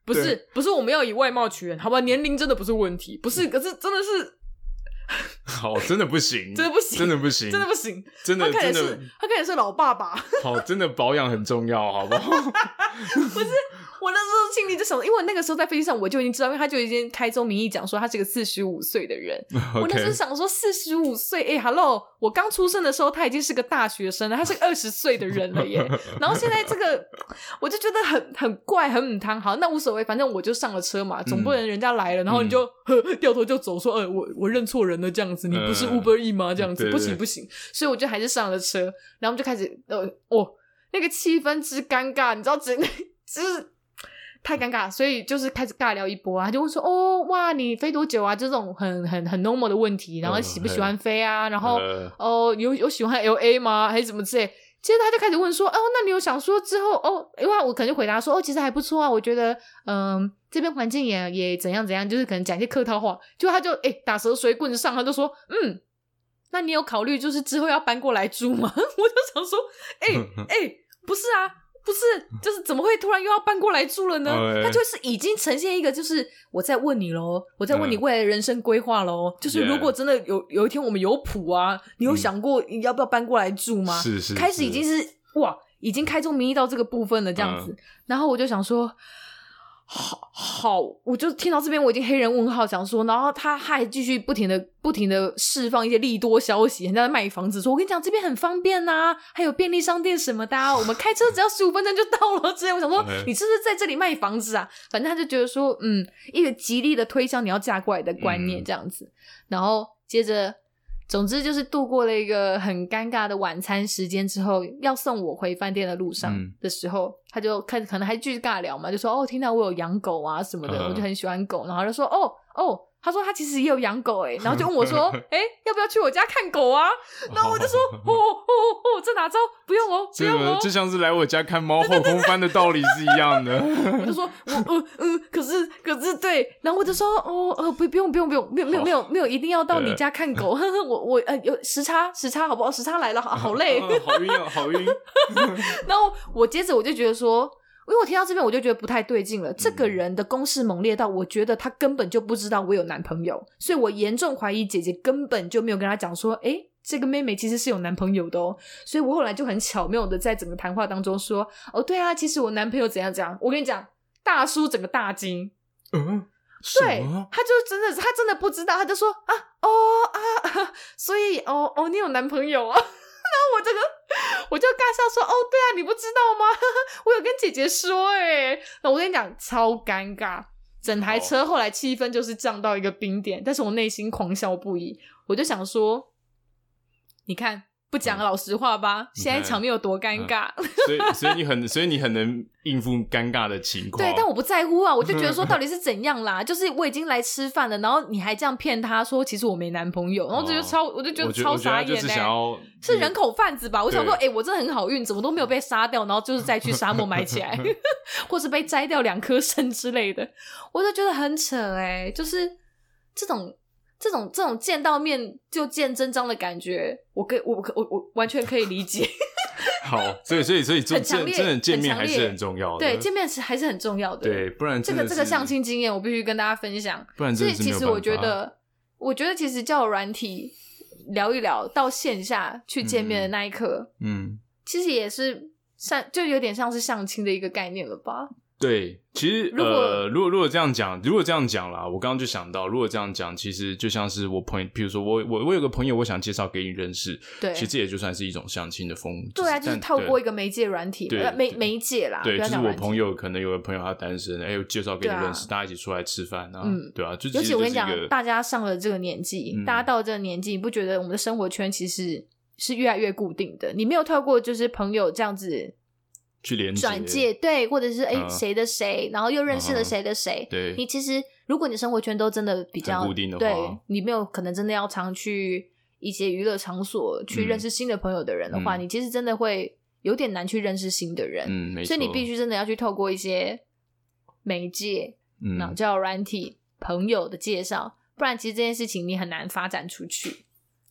Speaker 2: 不是我们要以外貌取人，好吧？年龄真的不是问题，不是，可是真的是。
Speaker 3: 好，真的不行，
Speaker 2: 真的不行，
Speaker 3: 真的不行，
Speaker 2: 真的不行，
Speaker 3: 真的
Speaker 2: 他看起来是老爸爸。
Speaker 3: 好，真的保养很重要，好不好？
Speaker 2: 不是，我那时候心里就想，因为我那个时候在飞机上我就已经知道，因为他就已经开宗明义讲说他是个45岁的人。我那时候想说45岁，hello， 我刚出生的时候他已经是个大学生了，他是个20岁的人了耶。然后现在这个我就觉得很怪，很母汤。好，那无所谓，反正我就上了车嘛，总不能人家来了然后你就掉头就走说我认错人了这样子，你不是 Uber E 吗这样子，不行不行。所以我就还是上了车，然后我们就开始那个气氛之尴尬，你知道就是太尴尬，所以就是开始尬聊一波啊。他就问说哇你飞多久啊，就这种很 normal 的问题，然后喜不喜欢飞啊，然后有喜欢 LA 吗还是什么之类。接着他就开始问说那你有想说之后因为我可能就回答说其实还不错啊，我觉得这边环境也怎样怎样，就是可能讲一些客套话。结果他就打蛇随棍上，他就说那你有考虑就是之后要搬过来住吗？我就想说不是啊，不是，就是怎么会突然又要搬过来住了呢？他就是已经呈现一个就是我在问你咯，我在问你未来的人生规划咯，就是如果真的有一天我们有谱啊，你有想过你要不要搬过来住吗？
Speaker 3: 是
Speaker 2: 开始已经是哇，已经开宗明义到这个部分了这样子。然后我就想说好，我就听到这边我已经黑人问号想说，然后他还继续不停的释放一些利多消息，人家在卖房子说我跟你讲这边很方便啊，还有便利商店什么的我们开车只要15分钟就到了之类。我想说你是不是在这里卖房子啊？反正他就觉得说一个极力的推销你要嫁过来的观念这样子。然后接着总之就是度过了一个很尴尬的晚餐时间之后，要送我回饭店的路上的时候他就可能还继续尬聊嘛，就说听到我有养狗啊什么的我就很喜欢狗，然后就说他说他其实也有养狗然后就问我说要不要去我家看狗啊？然后我就说这哪招？不用不用
Speaker 3: 这像是来我家看猫后空翻的道理是一样的。
Speaker 2: 我就说可是对，然后我就说不用没有一定要到你家看狗我有时差好不好？时差来了好累
Speaker 3: 好晕
Speaker 2: 然后我接着我就觉得说，因为我听到这边我就觉得不太对劲了，这个人的攻势猛烈到我觉得他根本就不知道我有男朋友，所以我严重怀疑姐姐根本就没有跟他讲说这个妹妹其实是有男朋友的所以我后来就很巧妙的在整个谈话当中说对啊其实我男朋友怎样怎样。我跟你讲大叔整个大惊对，他真的不知道，他就说所以你有男朋友啊然后我就尬笑说对啊你不知道吗我有跟姐姐说那我跟你讲超尴尬，整台车后来气氛就是降到一个冰点，但是我内心狂笑不已。我就想说你看不讲老实话吧现在场面有多尴尬
Speaker 3: 所以你很能应付尴尬的情况。
Speaker 2: 对，但我不在乎啊，我就觉得说到底是怎样啦就是我已经来吃饭了，然后你还这样骗他说其实我没男朋友，然后我就觉得超傻眼是人口贩子吧。我想说我真的很好运，怎么都没有被杀掉，然后就是再去沙漠埋起来或是被摘掉2颗肾之类的，我就觉得很扯就是这种见到面就见真章的感觉，我完全可以理解
Speaker 3: 好，所以真的见面还是很重要的。
Speaker 2: 对，见面还是很重要的。
Speaker 3: 对，不然
Speaker 2: 这个相亲经验我必须跟大家分享。
Speaker 3: 不然真的是没有办法。
Speaker 2: 所以其实我觉得其实交友软体聊一聊到线下去见面的那一刻其实也是就有点像是相亲的一个概念了吧。
Speaker 3: 对，其实如果这样讲啦，我刚刚就想到，如果这样讲，其实就像是比如说我有个朋友，我想介绍给你认识，对，其实这也就算是一种相亲的风。
Speaker 2: 对啊，就是透过一个媒介软体，媒介啦。
Speaker 3: 对，就是我朋友可能有个朋友他单身，介绍给你认识，大家一起出来吃饭啊，对啊，就
Speaker 2: 尤其我跟你讲，大家上了这个年纪，大家到了这个年纪，你不觉得我们的生活圈其实是越来越固定的？你没有透过就是朋友这样子
Speaker 3: 去连接
Speaker 2: 转介，对，或者是谁的谁，然后又认识了谁的谁，
Speaker 3: 对，
Speaker 2: 你其实如果你生活圈都真的比较
Speaker 3: 固定的话，
Speaker 2: 对，你没有可能真的要常去一些娱乐场所去认识新的朋友的人的话，你其实真的会有点难去认识新的人，
Speaker 3: 没错，
Speaker 2: 所以你必须真的要去透过一些媒介，交友软体、朋友的介绍，不然其实这件事情你很难发展出去。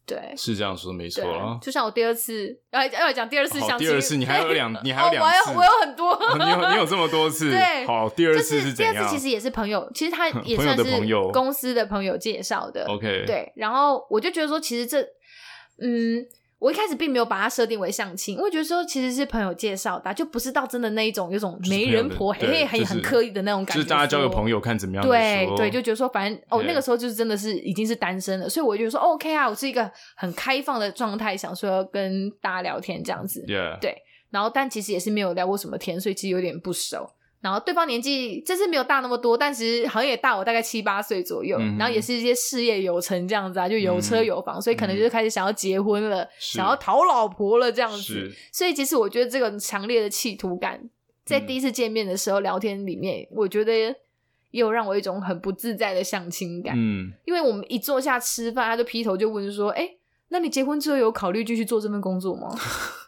Speaker 1: 对，
Speaker 3: 是这样说没错啊。
Speaker 1: 就像我第二次要讲第二次相亲，
Speaker 3: 第二次你还有两次，
Speaker 1: 我有很多，
Speaker 3: 你有这么多次。
Speaker 1: 对，
Speaker 3: 好，第二次是怎样？
Speaker 1: 第二次其实也是朋友，其实他也算是公司的朋友介绍的。
Speaker 3: OK，
Speaker 1: 对，然后我就觉得说，其实我一开始并没有把它设定为相亲，我觉得说其实是朋友介绍的，就不是到真的那一种有种媒人婆很刻意的那种感觉，
Speaker 3: 就是大家交个朋友看怎么样。
Speaker 1: 对，就觉得说反正那个时候就是真的是已经是单身了，所以我就觉得说 OK 啊，我是一个很开放的状态，想说跟大家聊天这样子。对，然后但其实也是没有聊过什么天，所以其实有点不熟。然后对方年纪这次没有大那么多，但是好像也大我大概7、8岁左右，然后也是一些事业有成这样子啊，就有车有房，所以可能就是开始想要结婚了，想要讨老婆了这样子。所以其实我觉得这个强烈的企图感在第一次见面的时候聊天里面，我觉得也有让我一种很不自在的相亲感。因为我们一坐下吃饭，他就劈头就问说那你结婚之后有考虑继续做这份工作吗？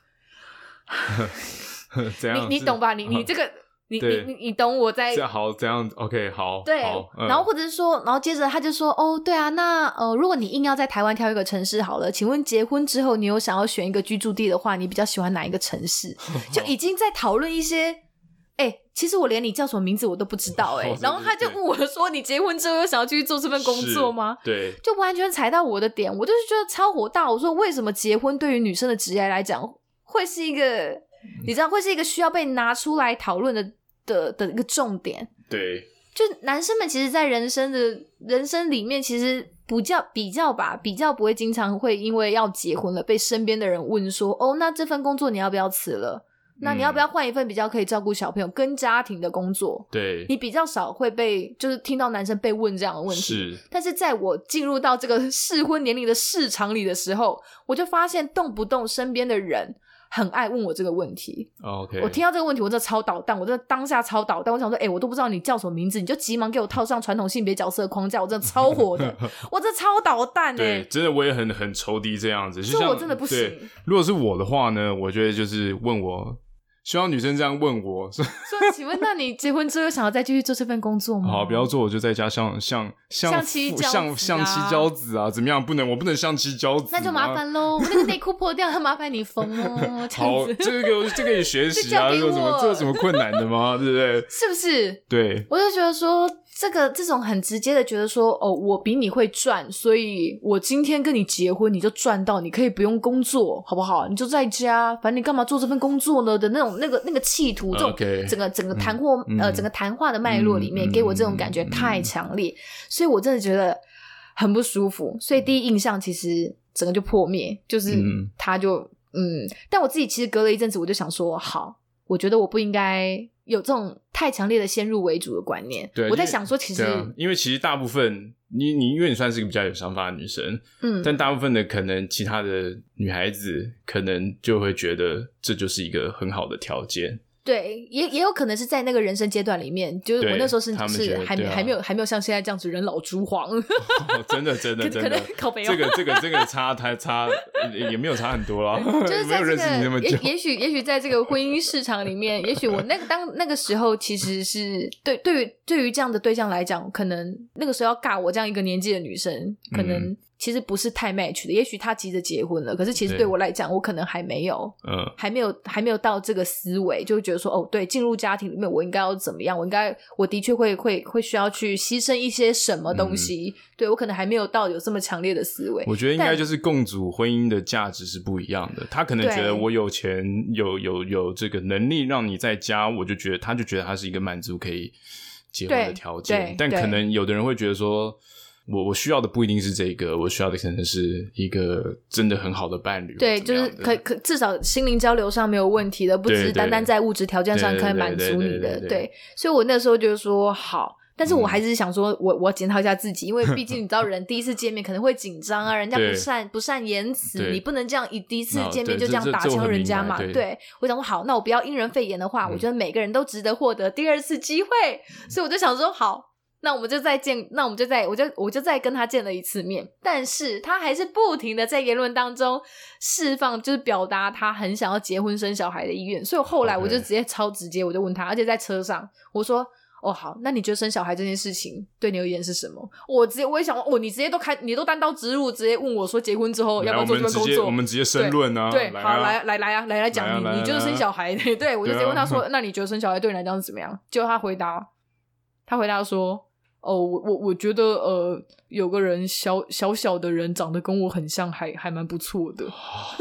Speaker 1: 你懂吧？你这个你懂我在
Speaker 3: 好这样 OK 好
Speaker 1: 对
Speaker 3: 好，
Speaker 1: 然后或者是说，然后接着他就说对啊，那如果你硬要在台湾挑一个城市好了，请问结婚之后你有想要选一个居住地的话，你比较喜欢哪一个城市？就已经在讨论一些其实我连你叫什么名字我都不知道然后他就问我说你结婚之后有想要继续做这份工作吗？
Speaker 3: 对，
Speaker 1: 就完全踩到我的点，我就是觉得超火大。我说为什么结婚对于女生的职业来讲会是一个你知道会是一个需要被拿出来讨论的一个重点。
Speaker 3: 对，
Speaker 1: 就男生们其实在人生里面其实比较不会经常会因为要结婚了被身边的人问说那这份工作你要不要辞了，那你要不要换一份比较可以照顾小朋友跟家庭的工作。
Speaker 3: 对，
Speaker 1: 你比较少会被就是听到男生被问这样的问题。
Speaker 3: 是，
Speaker 1: 但是在我进入到这个适婚年龄的市场里的时候，我就发现动不动身边的人很爱问我这个问题。
Speaker 3: OK，
Speaker 1: 我听到这个问题我真的超捣蛋，我真的当下超捣蛋。我想说我都不知道你叫什么名字，你就急忙给我套上传统性别角色的框架，我真的超火的我真的超捣蛋
Speaker 3: 对，真的我也很仇敌这样子，就像
Speaker 1: 我真的不行。
Speaker 3: 如果是我的话呢，我觉得就是问我，希望女生这样问我说
Speaker 1: 请问那你结婚之后想要再继续做这份工作吗？
Speaker 3: 好，不要做，我就在家像
Speaker 1: 妻
Speaker 3: 娇子啊，怎么样？我不能像妻娇子，
Speaker 1: 那就麻烦咯。我那个内裤破掉，麻烦你缝哦。
Speaker 3: 好，这个也学习啊，这有什么困难的吗？对不对？
Speaker 1: 是不是？
Speaker 3: 对，
Speaker 1: 我就觉得说这种很直接的觉得说我比你会赚，所以我今天跟你结婚你就赚到，你可以不用工作好不好？你就在家，反正你干嘛做这份工作呢的那种那个企图，这种整个谈话的脉络里面给我这种感觉太强烈，所以我真的觉得很不舒服。所以第一印象其实整个就破灭，就是他就但我自己其实隔了一阵子我就想说好，我觉得我不应该有这种太强烈的先入为主的观念。
Speaker 3: 对，
Speaker 1: 我在想说其实
Speaker 3: 因为其实大部分你因为你算是一个比较有想法的女生，但大部分的可能其他的女孩子可能就会觉得这就是一个很好的条件。
Speaker 1: 对，也有可能是在那个人生阶段里面，就是我那时候是还没有像现在这样子人老珠黄。
Speaker 3: 真的可能
Speaker 1: 靠北
Speaker 3: 这个差也没有差很多啦，
Speaker 1: 就是在
Speaker 3: 没有认识你那么久。
Speaker 1: 也许在这个婚姻市场里面，也许我当那个时候其实是对于这样的对象来讲，可能那个时候要尬我这样一个年纪的女生，可能其实不是太 match 的。也许他急着结婚了，可是其实对我来讲我可能还没有还没有到这个思维，就会觉得说对，进入家庭里面我应该要怎么样，我的确会需要去牺牲一些什么东西。对，我可能还没有到有这么强烈的思维。
Speaker 3: 我觉得应该就是共组婚姻的价值是不一样的。他可能觉得我有钱有这个能力让你在家，他就觉得他是一个满足可以结婚的条件。但可能有的人会觉得说我需要的不一定是这个，我需要的可能是一个真的很好的伴侣。
Speaker 1: 对，就是可至少心灵交流上没有问题的，不只是单单在物质条件上可以满足你的。对，所以我那时候就说好，但是我还是想说我要检讨一下自己，因为毕竟你知道人第一次见面可能会紧张啊，人家不善言辞，你不能这样第一次见面就这样打枪人家嘛。对，我想说好，那我不要因人废言的话，我觉得每个人都值得获得第二次机会，所以我就想说好，那我们就再见，我就再跟他见了一次面，但是他还是不停的在言论当中释放，就是表达他很想要结婚生小孩的意愿。所以后来我就直接超直接，我就问他，而且在车上我说好，那你觉得生小孩这件事情对你而言是什么？我也想你直接你都单刀直入，直接问我说结婚之后要不要做这份工作？
Speaker 3: 我们直接申论啊！
Speaker 1: 对，
Speaker 3: 来
Speaker 1: 好，来讲你觉得生小孩？对，我就直接问他说，那你觉得生小孩对你来讲是怎么样？结果他回答说，我觉得有个人小的人长得跟我很像，还蛮不错的。
Speaker 3: 好，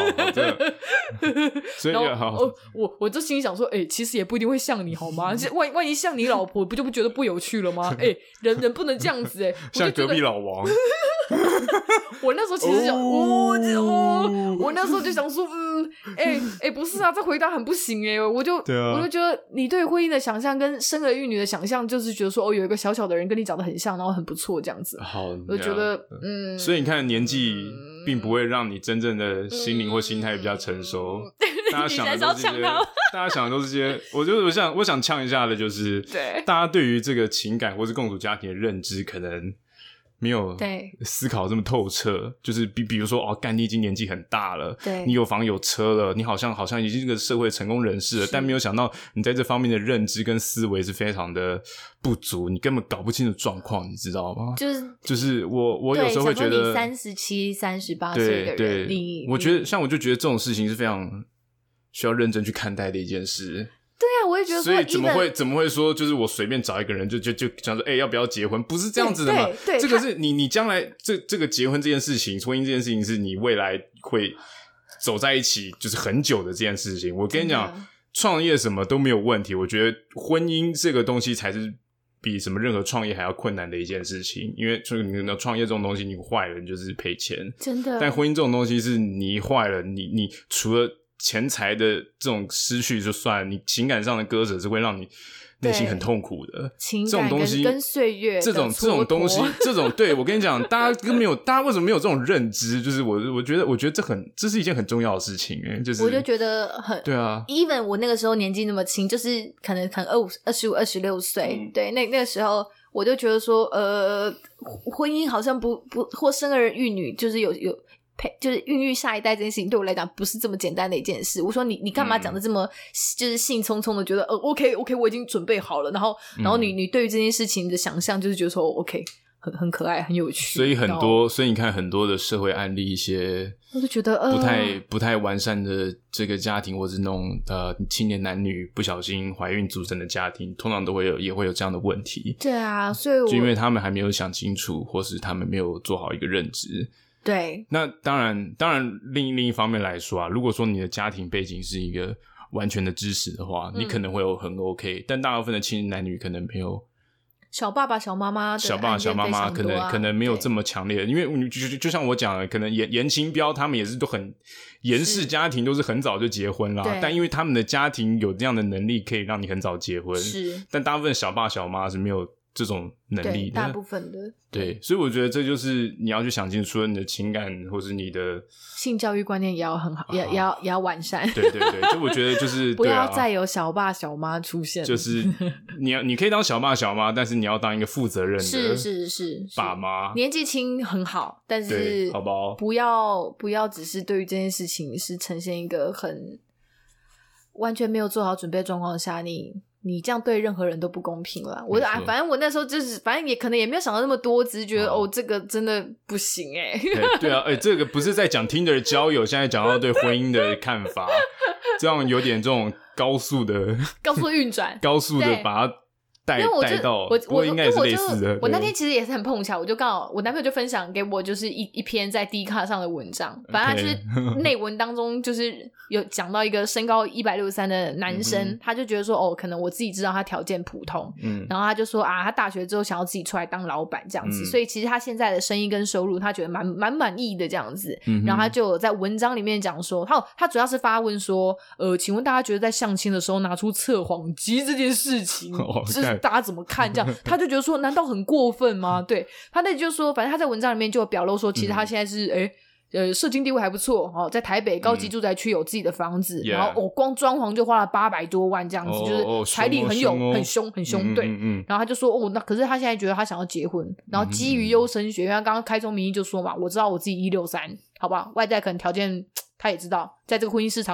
Speaker 3: 所以
Speaker 1: 我这心里想说，其实也不一定会像你好吗？万一像你老婆，不觉得不有趣了吗？人不能这样子
Speaker 3: 像隔壁老王。
Speaker 1: 我那时候其实想，我那时候就想说，不是啊，这回答很不行我就觉得你对婚姻的想象跟生儿育女的想象，就是觉得说有一个小的人跟你长得很像，然后很不错这样子。
Speaker 3: 好，
Speaker 1: 我觉得
Speaker 3: 所以你看年纪并不会让你真正的心灵或心态比较成熟。大家想的都是这些，我想呛一下的就是，
Speaker 1: 对
Speaker 3: 大家对于这个情感或是共组家庭的认知可能没有思考这么透彻，就是比如说干你已经年纪很大了，
Speaker 1: 对，
Speaker 3: 你有房有车了，你好像已经是个社会成功人士了，但没有想到你在这方面的认知跟思维是非常的不足，你根本搞不清楚状况，你知道吗？就是我有时候会觉得
Speaker 1: 你37、38岁的人，
Speaker 3: 我觉得我就觉得这种事情是非常需要认真去看待的一件事。
Speaker 1: 对啊，我也觉得说，
Speaker 3: 所以怎么会说就是我随便找一个人就想说要不要结婚，不是这样子的嘛？
Speaker 1: 对，
Speaker 3: 这个是你将来这个结婚这件事情，婚姻这件事情是你未来会走在一起就是很久的这件事情。我跟你讲，创业什么都没有问题，我觉得婚姻这个东西才是比什么任何创业还要困难的一件事情。因为就是你创业这种东西，你坏了你就是赔钱，
Speaker 1: 真的。
Speaker 3: 但婚姻这种东西是你坏了，你除了钱财的这种失去就算，你情感上的割舍是会让你内心很痛苦的。
Speaker 1: 情感跟岁月
Speaker 3: 这种东西，对，我跟你讲，大家为什么没有这种认知？就是我觉得这是一件很重要的事情就是
Speaker 1: 我就觉得很
Speaker 3: 对啊。
Speaker 1: even 我那个时候年纪那么轻，就是可能25、26岁，对，那个时候我就觉得说，婚姻好像不或生儿育女，就是有。就是孕育下一代这件事情对我来讲不是这么简单的一件事。我说你干嘛讲的这么就是兴冲冲的，觉得OK 我已经准备好了，然后你对于这件事情的想象就是觉得说 OK 很可爱很有趣。
Speaker 3: 所以你看很多的社会案例，一些
Speaker 1: 我就觉得
Speaker 3: 不太完善的这个家庭，或是那种青年男女不小心怀孕组成的家庭，通常也会有这样的问题。
Speaker 1: 对啊，所以
Speaker 3: 就因为他们还没有想清楚，或是他们没有做好一个认知。
Speaker 1: 对，
Speaker 3: 那当然另一方面来说啊，如果说你的家庭背景是一个完全的支持的话，你可能会有很 OK，但大部分的青年男女可能没有。
Speaker 1: 小爸爸小妈妈
Speaker 3: 可能没有这么强烈，因为就像我讲的，可能严清标他们也是都很严氏家庭，都是很早就结婚啦，但因为他们的家庭有这样的能力可以让你很早结婚，
Speaker 1: 是，
Speaker 3: 但大部分小爸小妈是没有这种能力的，
Speaker 1: 大部分的。
Speaker 3: 对，所以我觉得这就是你要去想清楚，除了你的情感或是你的
Speaker 1: 性教育观念也要很好，也要完善。
Speaker 3: 对，就我觉得就是
Speaker 1: 不要再有小爸小妈出现，
Speaker 3: 就是你可以当小爸小妈，但是你要当一个负责任的
Speaker 1: 是
Speaker 3: 爸妈。
Speaker 1: 年纪轻很好，但是
Speaker 3: 好不好？
Speaker 1: 不要只是对于这件事情是呈现一个很完全没有做好准备的状况下，你这样对任何人都不公平了。反正我那时候就是反正也可能也没有想到那么多，只是觉得这个真的不行
Speaker 3: 对啊，这个不是在讲 Tinder 交友，现在讲到对婚姻的看法，这样有点这种高速的
Speaker 1: 运转，
Speaker 3: 高速的把它带到，不过应该也是类似的。
Speaker 1: 我那天其实也是很碰巧，我就刚好我男朋友就分享给我就是一篇在 Dcard 上的文章，反正他就是内文当中就是有讲到一个身高163的男生，他就觉得说可能我自己知道他条件普通，然后他就说他大学之后想要自己出来当老板这样子，所以其实他现在的生意跟收入他觉得蛮满意的这样子，然后他就有在文章里面讲说他主要是发问说请问大家觉得在相亲的时候拿出测谎机这件事情大家怎么看？这样他就觉得说难道很过分吗？对，他那就说反正他在文章里面就有表露说其实他现在是社经地位还不错在台北高级住宅区有自己的房子，然后光装潢就花了800多万这样子，就是财力很有很凶对，然后他就说那可是他现在觉得他想要结婚，然后基于优生学，因为他刚刚开宗明义就说嘛，我知道我自己163好不好，外在可能条件他也知道在这个婚姻市场里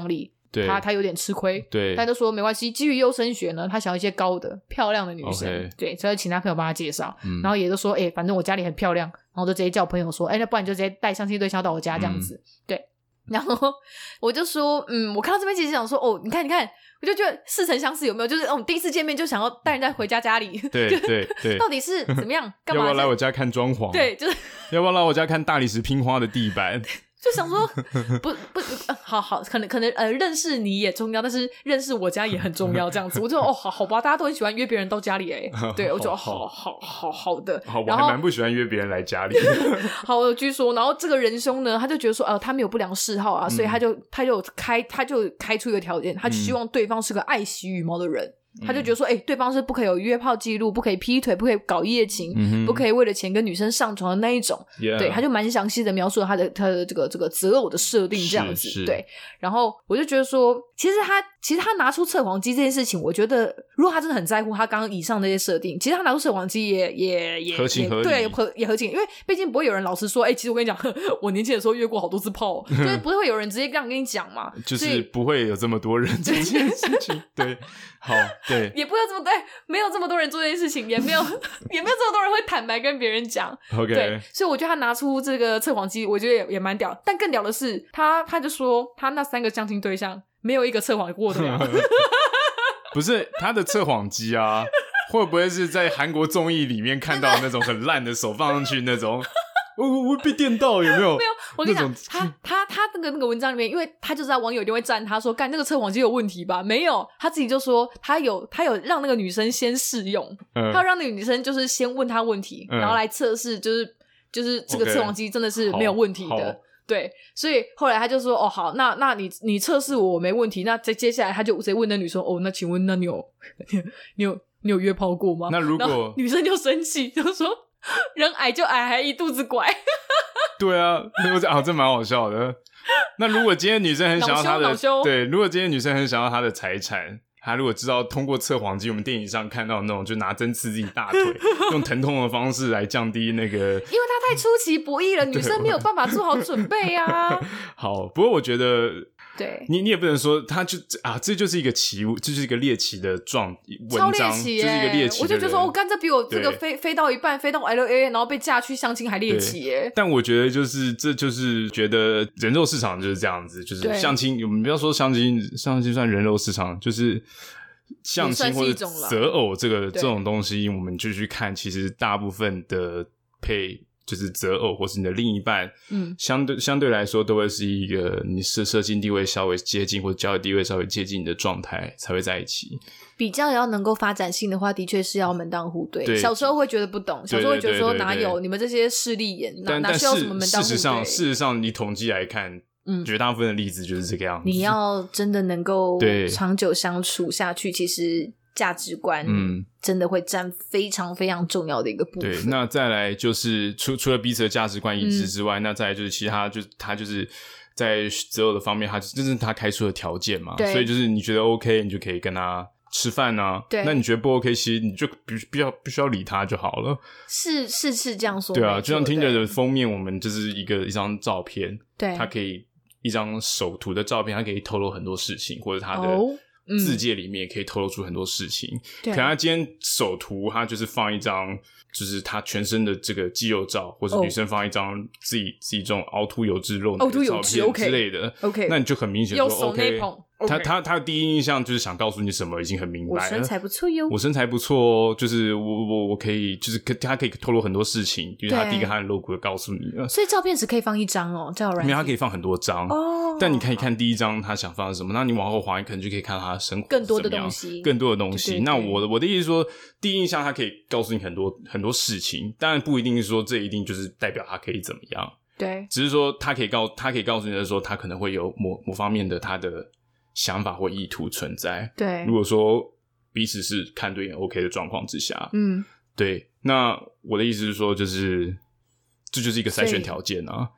Speaker 2: 他有点吃亏，
Speaker 3: 对，
Speaker 2: 他就说没关系，基于优生学呢，他想要一些高的漂亮的女生，
Speaker 3: okay.
Speaker 2: 对，所以请他朋友帮他介绍，然后也就说反正我家里很漂亮，然后就直接叫朋友说那不然你就直接带相亲对象到我家这样子，对，然后我就说我看到这边其实想说你看我就觉得似曾相识，有没有？就是第一次见面就想要带人家回家里，
Speaker 3: 对对对，
Speaker 2: 到底是怎么样？干嘛？
Speaker 3: 要不要来我家看装潢？
Speaker 2: 对，就是
Speaker 3: 要不要来我家看大理石拼花的地板？
Speaker 2: 就想说不好，可能认识你也重要，但是认识我家也很重要，这样子。我就好吧，大家都很喜欢约别人到家里对，我就好的。
Speaker 3: 好，我还蛮不喜欢约别人来家里。
Speaker 2: 好，我继续说，然后这个仁兄呢，他就觉得说他没有不良嗜好啊，所以他就开出一个条件，他就希望对方是个爱惜羽毛的人。他就觉得说对方是不可以有约炮记录，不可以劈腿，不可以搞一夜情，不可以为了钱跟女生上床的那一种。对，他就蛮详细的择偶的设定这样子。对，然后我就觉得说其实他拿出测谎机这件事情，我觉得如果他真的很在乎他刚刚以上那些设定，其实他拿出测谎机也
Speaker 3: 合情合理，
Speaker 2: 对，也合情，因为毕竟不会有人老实说其实我跟你讲我年轻的时候约过好多次炮就是不会有人直接这样跟你讲嘛，
Speaker 3: 就是不会有这么多人这件事情。对，好，对，
Speaker 2: 也不要这么没有这么多人做这件事情，也没有这么多人会坦白跟别人讲。
Speaker 3: OK，
Speaker 2: 对，所以我觉得他拿出这个测谎机，我觉得也蛮屌。但更屌的是，他就说他那3个相亲对象没有一个测谎过的了。
Speaker 3: 不是他的测谎机啊，会不会是在韩国综艺里面看到那种很烂的手放上去那种？我会被电到，有没有？
Speaker 2: 没有，我跟你讲，他那个文章里面，因为他就知道网友一定会赞他说，干那个测谎机有问题吧？没有，他自己就说他有让那个女生先试用，他要让那个女生就是先问他问题，然后来测试，就是这个测谎机真的是没有问题的。对，所以后来他就说好，那你测试我没问题，那接下来他就直接问那女生那请问那你有约炮过吗？
Speaker 3: 那如果
Speaker 2: 女生就生气，就说人矮就矮，还一肚子拐。
Speaker 3: 对啊，这蛮好笑的。那如果今天女生很想要她的，对，如果今天女生很想要她的财产，她如果知道通过测谎机，我们电影上看到那种就拿针刺自己大腿，用疼痛的方式来降低那个，因为
Speaker 2: 她太出其不意了，女生没有办法做好准备啊。
Speaker 3: 好，不过我觉得。
Speaker 2: 对，
Speaker 3: 你也不能说他这就是一个这就是一个猎奇的文章，就是一个猎奇的人。
Speaker 2: 我就觉得说干这比我这个飞到一半飞到 LA 然后被嫁去相亲还猎奇耶。
Speaker 3: 但我觉得这就是觉得人肉市场就是这样子，就是相亲，我们不要说相亲算人肉市场，就是相亲或者择偶这种东西，我们就去看，其实大部分的就是择偶或是你的另一半，相对来说都会是一个你社经地位稍微接近或者交友地位稍微接近的状态才会在一起。
Speaker 2: 比较要能够发展性的话，的确是要门当户对。小时候会觉得不懂，小时候会觉得说哪有你们这些势利眼，哪需要什么门当户对？
Speaker 3: 事实上，你统计来看，绝大部分的例子就是这个样子。
Speaker 2: 你要真的能够长久相处下去，其实价值观真的会占非常非常重要的一个部分。
Speaker 3: 对，那再来就是除了彼此的价值观一致之外，那再来就是其他他就是在择偶的方面，这是他开出的条件嘛，所以就是你觉得 OK 你就可以跟他吃饭啊，对，那你觉得不 OK 其实你就必须要理他就好了。是这样说。对啊，就像 Tinder 的封面，我们就是一张照片，对，它可以一张手图的照片，它可以透露很多事情，或者它的字界里面也可以透露出很多事情。可能他今天手图他就是放一张就是他全身的这个肌肉照，或者女生放一张自己这种凹凸有致肉的照片之类的， OK， 那你就很明显说 OK， 他的第一印象就是想告诉你什么已经很明白了，我身材不错哟，我身材不错哦，就是我可以，就是他可以透露很多事情，就是他第一个他很露骨的告诉你了。所以照片只可以放一张哦，没有，他可以放很多张哦。但你可以看第一张他想放的是什么，那你往后滑，你可能就可以看到他的生活更多的东西，更多的东西。对对对，那我的意思是说，第一印象他可以告诉你很多事情，当然不一定是说这一定就是代表他可以怎么样，对，只是说他可以告诉你的说，他可能会有某方面的他的想法或意图存在。对，如果说彼此是看对眼 OK 的状况之下，对，那我的意思是说，这就是一个筛选条件啊。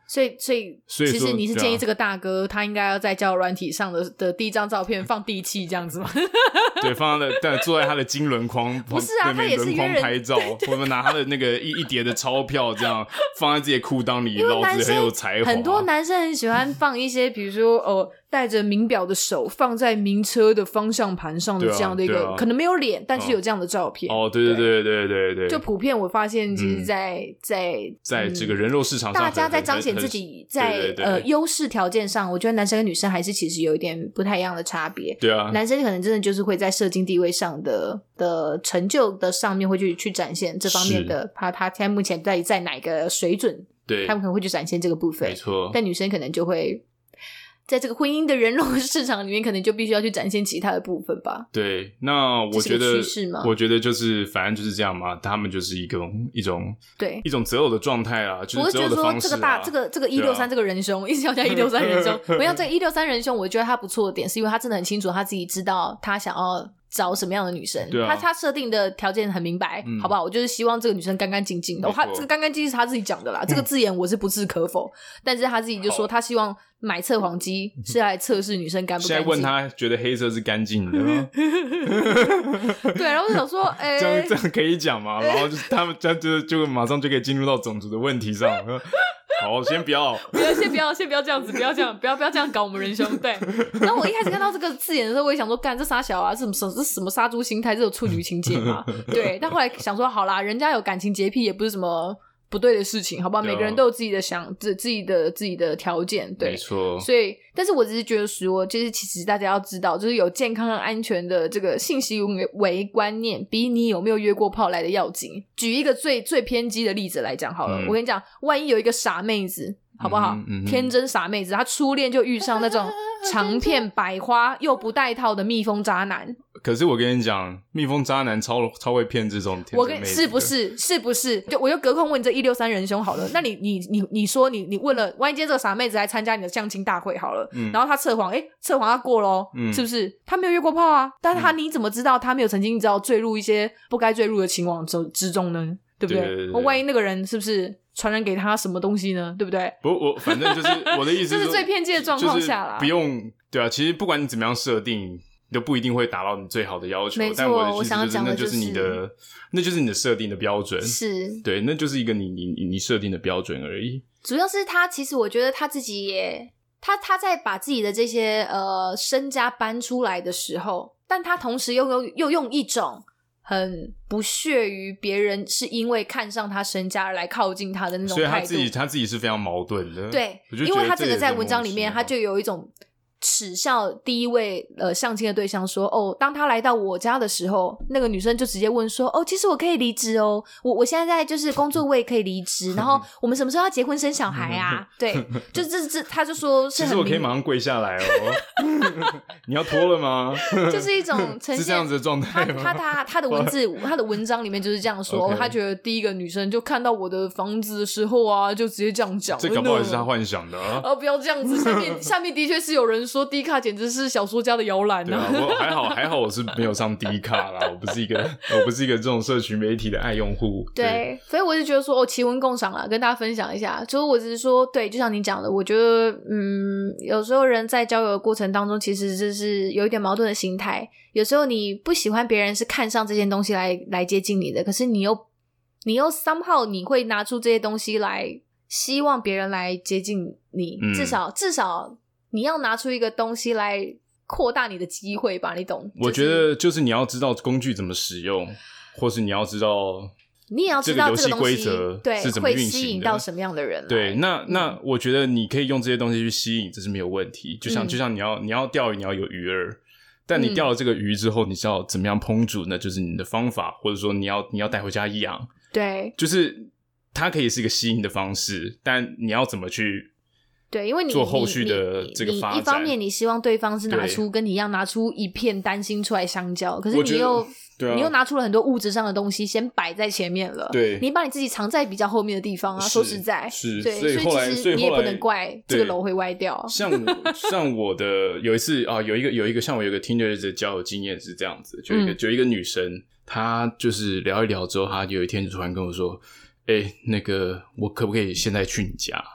Speaker 1: 所以其实你是建议这个大哥他应该要在交友软体上的第一张照片放地契这样子吗？
Speaker 3: 对，放在但坐在他的金轮框
Speaker 1: 不是啊，他也是约人
Speaker 3: 拍照，我们拿他的那个一叠的钞票这样放在自己的裤裆里，老子很有才华。
Speaker 1: 很多男生很喜欢放一些比如说带着名表的手放在名车的方向盘上的这样的一个，可能没有脸，但是有这样的照片。
Speaker 3: 对，
Speaker 1: 就普遍我发现其实在
Speaker 3: 这个人肉市场上，
Speaker 1: 大家在彰显自己在优势条件上，我觉得男生跟女生还是其实有一点不太一样的差别。
Speaker 3: 对啊，
Speaker 1: 男生可能真的就是会在社经地位上的成就的上面会去展现这方面的，他现在目前在哪个水准，
Speaker 3: 对，
Speaker 1: 他们可能会去展现这个部分。
Speaker 3: 没错，
Speaker 1: 但女生可能就会在这个婚姻的人肉市场里面，可能就必须要去展现其他的部分吧。
Speaker 3: 对，那我觉得
Speaker 1: 趋势吗？
Speaker 3: 我觉得就是反正就是这样嘛，他们就是一种择偶的状态啊，就是择偶的方式啊。
Speaker 1: 这个163这个人兄，一直要叫163人兄。我想这个163人兄，我觉得他不错的点是因为他真的很清楚他自己知道他想要找什么样的女生，他设定的条件很明白，好不好？我就是希望这个女生干干净净的。他这个干干净净是他自己讲的啦，这个字眼我是不置可否。但是他自己就说他希望买测谎机是来测试女生干不干净。
Speaker 3: 现在问他觉得黑色是干净的吗？
Speaker 1: 对，然后我想说，
Speaker 3: 这样可以讲吗？然后就是他们就马上就可以进入到种族的问题上。好，先不要这样子，不要这样搞我们人兄。对，然后我一开始看到这个字眼的时候，我也想说，干这傻小啊，这什么杀猪心态，这种处女情节嘛？对，但后来想说，好啦，人家有感情洁癖也不是什么不对的事情，好不好？每个人都有自己的自己的条件，对， 没错。
Speaker 1: 所以，但是我只是觉得说，就是其实大家要知道，就是有健康和安全的这个性行为观念，比你有没有约过炮来的要紧。举一个最偏激的例子来讲好了，我跟你讲，万一有一个傻妹子，好不好？天真傻妹子，她初恋就遇上那种长片百花又不带套的蜜蜂渣男。
Speaker 3: 可是我跟你讲，蜜蜂渣男超会骗这种天真妹子的。
Speaker 1: 是不是？我就隔空问这163人兄好了，那你说你问了，万一今天这个傻妹子来参加你的相亲大会好了，然后她测谎，测谎她过咯，是不是？她没有约过炮啊，但是你怎么知道她没有曾经坠入一些不该坠入的情网之中呢？对不对？万一那个人是不是传染给他什么东西呢？对不对？
Speaker 3: 我反正就是我的意思，
Speaker 1: 这是最偏激的状况下啦，
Speaker 3: 不用对啊。其实不管你怎么样设定，你都不一定会达到你最好的要求。
Speaker 1: 没错，
Speaker 3: 但我的
Speaker 1: 我想讲的
Speaker 3: 就是你的设定的标准，
Speaker 1: 是
Speaker 3: 对，那就是一个你设定的标准而已。
Speaker 1: 主要是他其实我觉得他自己也他在把自己的这些身家搬出来的时候，但他同时又用一种很不屑于别人是因为看上他身家而来靠近他的那种态度，
Speaker 3: 所以他自己是非常矛盾的。
Speaker 1: 对，因为他这个在文章里面他就有一种耻笑第一位相亲的对象说，当他来到我家的时候，那个女生就直接问说，其实我可以离职哦，我现在就是工作我也可以离职，然后我们什么时候要结婚生小孩啊？对，就这他就说是很
Speaker 3: 其实我可以马上跪下来哦。你要脱了吗？
Speaker 1: 就是一种呈现
Speaker 3: 是这样子的状态吗？
Speaker 1: 他的文字他的文章里面就是这样说，他觉得第一个女生就看到我的房子的时候啊，就直接这样讲，
Speaker 3: 这搞不好也是他幻想的啊。
Speaker 1: 不要这样子，下面的确是有人说D 卡简直是小说家的摇篮啊！
Speaker 3: 我还好，我是没有上 D 卡啦，我不是一个这种社群媒体的爱用户。
Speaker 1: 对，所以我就觉得说，奇文共赏啦，跟大家分享一下。就是我只是说，对，就像你讲的，我觉得，有时候人在交友的过程当中，其实就是有一点矛盾的心态。有时候你不喜欢别人是看上这件东西来接近你的，可是你又 somehow 你会拿出这些东西来，希望别人来接近你，至少。你要拿出一个东西来扩大你的机会吧，你懂？
Speaker 3: 我觉得就是你要知道工具怎么使用，或是你要知道
Speaker 1: 你也要知道这个东西
Speaker 3: 规则是怎么运行的，
Speaker 1: 会吸引到什么样的人来。
Speaker 3: 对，那我觉得你可以用这些东西去吸引，这是没有问题。就像你要钓鱼，你要有鱼餌，但你钓了这个鱼之后，你是要怎么样烹煮呢？就是你的方法，或者说你要带回家养。
Speaker 1: 对，
Speaker 3: 就是它可以是一个吸引的方式，但你要怎么去？
Speaker 1: 对，因为你
Speaker 3: 做后续的这个发展，
Speaker 1: 一方面你希望对方是跟你一样拿出一片丹心出来相交，可是你又拿出了很多物质上的东西先摆在前面了，
Speaker 3: 对，
Speaker 1: 你把你自己藏在比较后面的地方啊。说实在，
Speaker 3: 是，
Speaker 1: 对，所以其实你也不能怪这个楼会歪掉。
Speaker 3: 像我的有一次啊，有一个像我有一个 Tinder 的交友经验是这样子，就一个女生，她就是聊一聊之后，她有一天就突然跟我说，那个我可不可以现在去你家？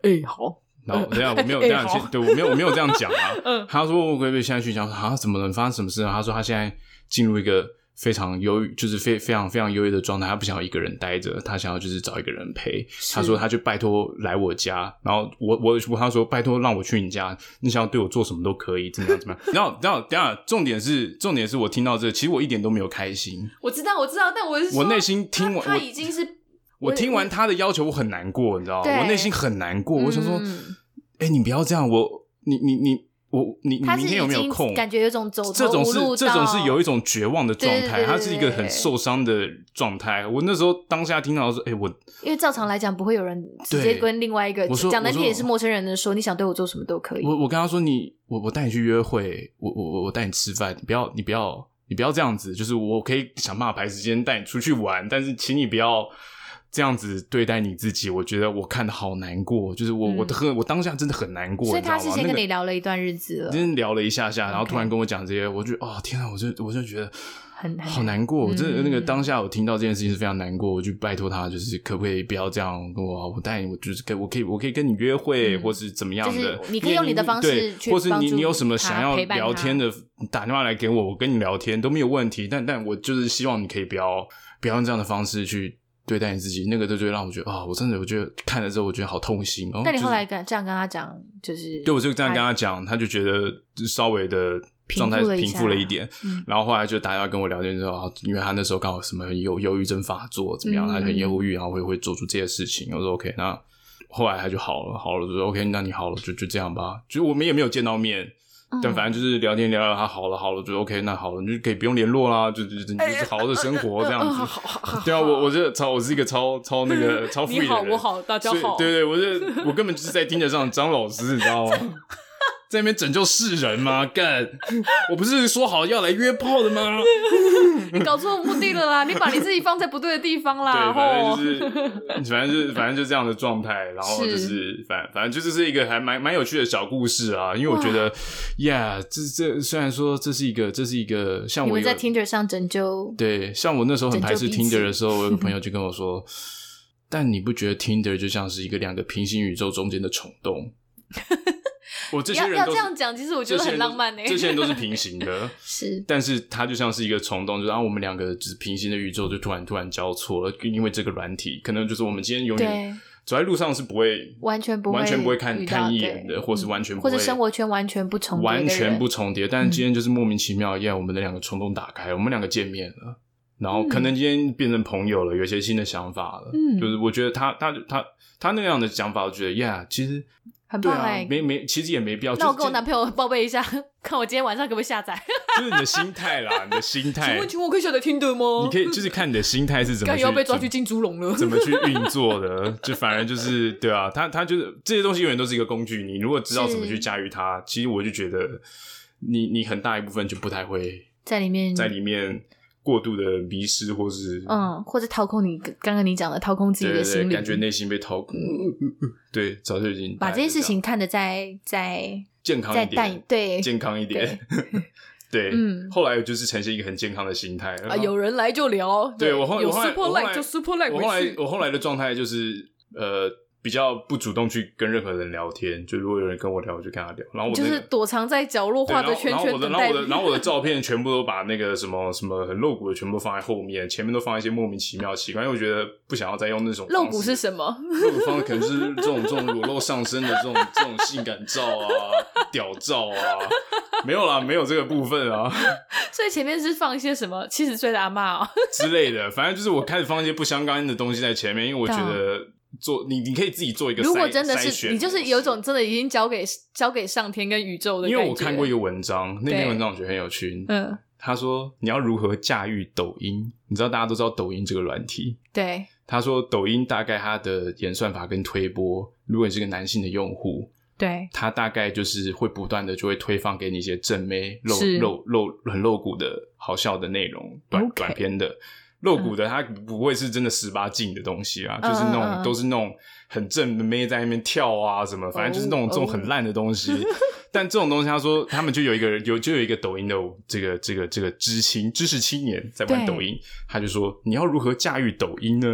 Speaker 2: 好。
Speaker 3: 然后这样我没有这样对，我没有这样讲啊。他说我可不可以现在去讲怎么了？发生什么事啊？他说他现在进入一个非常忧郁，就是非常非常忧郁的状态，他不想要一个人待着，他想要就是找一个人陪。他说他就拜托来我家，然后他说拜托让我去你家，你想要对我做什么都可以，怎么样。然后等一下重点是我听到这，其实我一点都没有开心。
Speaker 1: 我知道，但我是说
Speaker 3: 我内心听完
Speaker 1: 他已经是
Speaker 3: 我听完他的要求，我很难过，你知道吗？我内心很难过，我想说，你不要这样，你明天有没有空？
Speaker 1: 感觉有种走投无路，
Speaker 3: 这种是有一种绝望的状态，他是一个很受伤的状态。我那时候当下听到说，
Speaker 1: 因为照常来讲不会有人直接跟另外一个讲难听也是陌生人的说，你想对我做什么都可以。
Speaker 3: 我跟他说，我带你去约会，我带你吃饭，你不要这样子，就是我可以想办法排时间带你出去玩，但是请你不要这样子对待你自己。我觉得我看得好难过，就是我当下真的很难过。
Speaker 1: 所以他是先跟你聊了一段日子了，
Speaker 3: 真的聊了一下下，然后突然跟我讲这些，我就天啊，我就觉得好难过。我真的那个当下我听到这件事情是非常难过，我就拜托他，就是可不可以不要这样跟我带你，我就是我可以跟你约会，或是怎么样的，
Speaker 1: 就是你可以用你的方式去帮助他，
Speaker 3: 或是你有什么想要聊天的，打电话来给我跟你聊天都没有问题。但我就是希望你可以不要用这样的方式去对待你自己，那个就会让我觉得我真的我觉得看了之后我觉得好痛心。
Speaker 1: 那你后来这样跟他讲，就是
Speaker 3: 对，我就这样跟他讲，他就觉得稍微的状态平复了一点，然后后来就打电话跟我聊天之后，因为他那时候刚好什么忧郁症发作怎么样，他很忧郁，然后会做出这些事情。我说 OK， 那后来他就好了，就说 OK， 那你好了就这样吧，就我们也没有见到面。但反正就是聊天聊他好了就 OK， 那好了你就可以不用联络啦，就是好好的生活这样子。对啊，我是一个超那个超 free 的人。
Speaker 2: 你好我好大家好。
Speaker 3: 对，我根本就是在听得上张老师，你知道吗？在那边拯救世人吗？干！我不是说好要来约炮的吗？
Speaker 1: 你搞错目的了啦！你把你自己放在不对的地方啦。
Speaker 3: 对，反正就这样的状态，然后就是反正就是一个还蛮有趣的小故事啊。因为我觉得这虽然说这是一个像我
Speaker 1: 你们在 Tinder 上拯救，
Speaker 3: 对，像我那时候很排斥 Tinder 的时候，我有个朋友就跟我说，但你不觉得 Tinder 就像是一个两个平行宇宙中间的虫洞？我这些人
Speaker 1: 要这样讲，其实我觉得很浪漫
Speaker 3: 这些人都是平行的，
Speaker 1: 是，
Speaker 3: 但是它就像是一个虫洞，就然后我们两个就是平行的宇宙就突然交错了，因为这个软体，可能就是我们今天永远走在路上是不会完全不会看一眼的，或是完全不会，
Speaker 1: 或者生活圈完全不重叠，
Speaker 3: 完全不重叠。但是今天就是莫名其妙，我们的两个虫洞打开，我们两个见面了，然后可能今天变成朋友了，有一些新的想法了。就是我觉得他那样的想法，我觉得其实。
Speaker 1: 很棒
Speaker 3: 其实也没必要。
Speaker 1: 那我跟我男朋友报备一下，看我今天晚上可不可以下载。
Speaker 3: 就是你的心态啦，你的心态。
Speaker 2: 请问我可以下载Tinder吗？
Speaker 3: 你可以就是看你的心态是怎么去。
Speaker 2: 要被抓去进猪笼了。
Speaker 3: 怎么去运作的？就反而就是对啊，他就是这些东西永远都是一个工具。你如果知道怎么去驾驭它，其实我就觉得你很大一部分就不太会在里面。过度的迷失，或是
Speaker 1: 或者掏空你刚刚你讲的掏空自己的心灵，
Speaker 3: 对，感觉内心被掏空。对，早就已经
Speaker 1: 把这件事情看得再
Speaker 3: 健康一点，
Speaker 1: 对，
Speaker 3: 健康一点。对，后来就是呈现一个很健康的心态
Speaker 2: 啊，有人来就聊。
Speaker 3: 对，我后
Speaker 2: 来
Speaker 3: 的状态就是比较不主动去跟任何人聊天，就如果有人跟我聊，我就跟他聊。然后我
Speaker 1: 就是躲藏在角落画着圈圈等待。
Speaker 3: 然后我的照片全部都把那个什么很露骨的全部都放在后面，前面都放一些莫名其妙的奇怪，因为我觉得不想要再用那种
Speaker 1: 露骨是什么？
Speaker 3: 露骨方式可能是这种裸露上身的这种性感照啊、屌照啊，没有啦，没有这个部分啊。
Speaker 1: 所以前面是放一些什么70岁的阿嬷
Speaker 3: 之类的，反正就是我开始放一些不相干的东西在前面，因为我觉得。你可以自己做一个筛选，
Speaker 1: 如果真的是你就是有种真的已经交给上天跟宇宙的感觉。
Speaker 3: 因为我看过一个文章，那篇文章我觉得很有趣。他说你要如何驾驭抖音？你知道大家都知道抖音这个软体，
Speaker 1: 对。
Speaker 3: 他说抖音大概它的演算法跟推播，如果你是个男性的用户，
Speaker 1: 对，
Speaker 3: 他大概就是会不断的就会推放给你一些正妹很露骨的好笑的内容，短片的。露骨的它不会是真的18禁的东西啊，就是那种都是那种很正的妹在那边跳啊什么，反正就是那种这种很烂的东西。但这种东西他说他们就有一个抖音的这个知识青年在玩抖音，他就说你要如何驾驭抖音呢？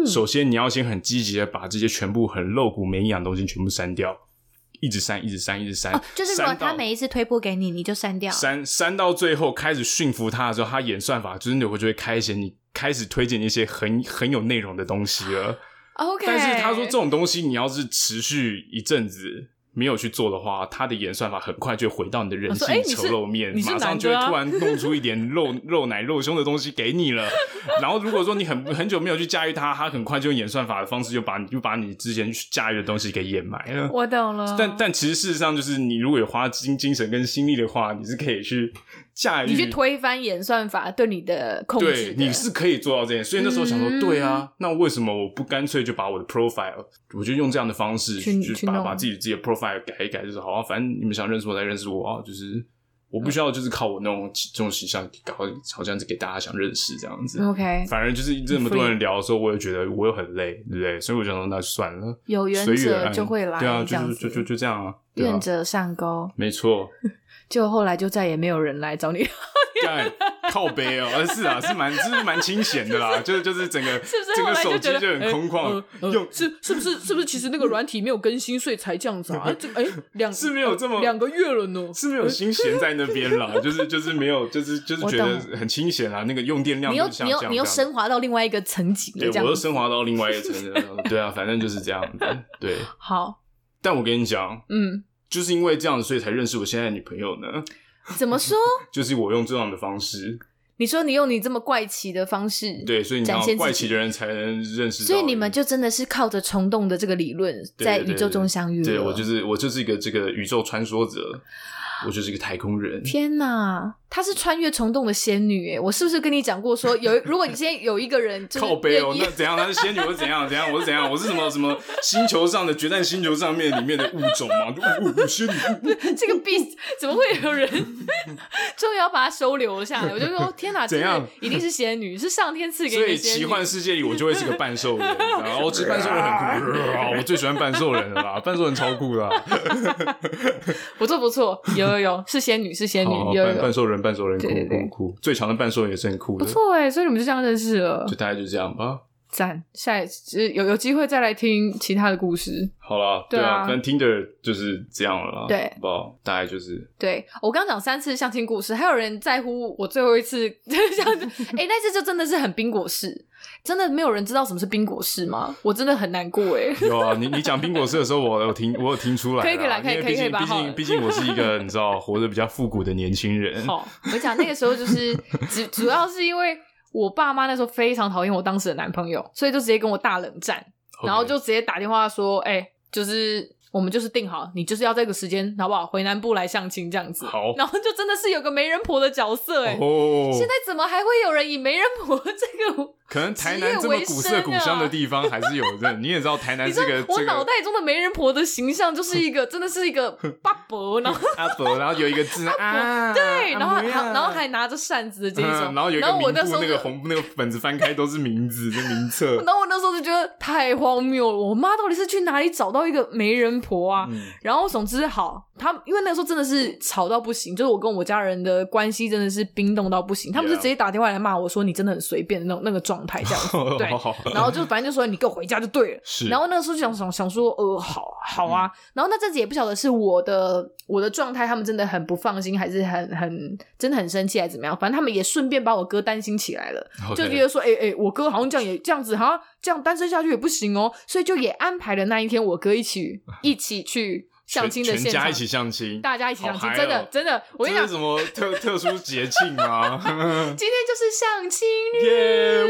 Speaker 3: 首先你要先很积极的把这些全部很露骨没营养的东西全部删掉，一直删
Speaker 1: 就是如果他每一次推播给你就删掉，
Speaker 3: 删到最后开始驯服他的时候，他演算法真的就会开始你开始推荐一些很有内容的东西了。
Speaker 1: OK，
Speaker 3: 但是他说这种东西你要是持续一阵子没有去做的话，他的演算法很快就回到你的人性丑陋面，马上就会突然弄出一点肉奶肉胸的东西给你了。然后如果说你很久没有去驾驭它，他很快就用演算法的方式就把你之前驾驭的东西给掩埋了。
Speaker 1: 我懂了。
Speaker 3: 但其实事实上就是你如果有花精神跟心力的话，你是可以去驾驭，
Speaker 1: 你去推翻演算法对你的控制的，
Speaker 3: 对，你是可以做到这件事。所以那时候想说，对啊，那为什么我不干脆就把我的 profile， 我就用这样的方式去把自己的 profile改一改，就是好啊，反正你们想认识我再认识我啊，就是我不需要就是靠我那种这种形象搞好像是给大家想认识这样子。
Speaker 1: OK，
Speaker 3: 反而就是这么多人聊的时候，我也觉得我又很累，对不对？所以我想说那算了，
Speaker 1: 有缘者就会来，
Speaker 3: 对啊，就这样啊，
Speaker 1: 愿者上钩，
Speaker 3: 没错。
Speaker 1: 就后来就再也没有人来找你
Speaker 3: 干靠背哦，是啊，是蛮清闲的啦，就是整个手机就很空旷，
Speaker 2: 是不是其实那个软体没有更新，所以才这样子啊？
Speaker 3: 是没有这么
Speaker 2: 2个月了呢，
Speaker 3: 是没有心闲在那边啦，就是没有，就是觉得很清闲啊，那个用电量就像这样，
Speaker 1: 你又升华到另外一个层级了，
Speaker 3: 对，我又升华到另外一个层级，对啊，反正就是这样子，对。
Speaker 1: 好，
Speaker 3: 但我跟你讲，就是因为这样子，所以才认识我现在的女朋友呢。
Speaker 1: 怎么说？
Speaker 3: 就是我用这样的方式。
Speaker 1: 你说你用你这么怪奇的方式，
Speaker 3: 对，所以你知道怪奇的人才能认识到。
Speaker 1: 所以你们就真的是靠着虫洞的这个理论，在宇宙中相遇了。
Speaker 3: 对，我就是一个这个宇宙穿梭者。我就是一个太空人。
Speaker 1: 天哪，她是穿越虫洞的仙女耶！我是不是跟你讲过说如果你现在有一个人就是
Speaker 3: 靠背哦，那怎样？她是仙女，我是怎样？我是怎样？我是什么星球上的决战星球上面里面的物种吗？仙女，
Speaker 1: 这个 beast 怎么会有人终于要把它收留下来？我就说天哪，
Speaker 3: 怎样？
Speaker 1: 一定是仙女，是上天赐给你的仙女。
Speaker 3: 所以奇幻世界里我就会是个半兽人，然后半兽人很酷，我最喜欢半兽人了啦，半兽人超酷的。
Speaker 1: 不错，有是仙女，有
Speaker 3: 半兽人酷，最强的半兽人也是很酷的，
Speaker 1: 不错耶，所以你们就这样认识了，
Speaker 3: 就大概就这样吧。
Speaker 1: 赞，下一次有机会再来听其他的故事。
Speaker 3: 好啦，对啊，反正听的就是这样了啦，
Speaker 1: 对，
Speaker 3: 好不好？大概就是
Speaker 1: 对。我刚讲3次相亲故事，还有人在乎我最后一次相亲，那次就真的是很冰果式。真的没有人知道什么是冰果式吗？我真的很难过耶。
Speaker 3: 有啊，你讲冰果式的时候，我有听出来，
Speaker 1: 可以来，可以，
Speaker 3: 毕竟我是一个你知道活得比较复古的年轻人。
Speaker 1: 好，我讲那个时候就是主要是因为我爸妈那时候非常讨厌我当时的男朋友，所以就直接跟我大冷战，然后就直接打电话说，就是我们就是定好，你就是要这个时间好不好？回南部来相亲这样子。
Speaker 3: 好，
Speaker 1: 然后就真的是有个媒人婆的角色现在怎么还会有人以媒人婆这个？
Speaker 3: 可能台南这么古色古香的地方还是有的。你也知道台南这个，
Speaker 1: 我脑袋中的媒人婆的形象就是一个真的是一个爸伯，然后
Speaker 3: 阿伯，然后有一个字啊，
Speaker 1: 对，然后还拿着扇子的这一种，
Speaker 3: 然后有一个名簿，那个本子翻开都是名字的名册。
Speaker 1: 然后我那时候就觉得太荒谬了，我妈到底是去哪里找到一个媒人婆啊？然后总之好，因为那个时候真的是吵到不行，就是我跟我家人的关系真的是冰冻到不行，他们就直接打电话来骂我说你真的很随便的那个状态这样子，对，然后就反正就说你给我回家就对了。然后那个时候就想说好啊，然后那阵子也不晓得是我的状态，他们真的很不放心，还是真的很生气还是怎么样，反正他们也顺便把我哥担心起来了，就觉得说我哥好像这样子好像这样单身下去也不行哦，所以就也安排了那一天我哥一起去相亲的现场，
Speaker 3: 全家一起相亲，
Speaker 1: 大家一起相亲，真的，我跟你讲，
Speaker 3: 这是什么特殊节庆吗？
Speaker 1: 今天就是相亲日，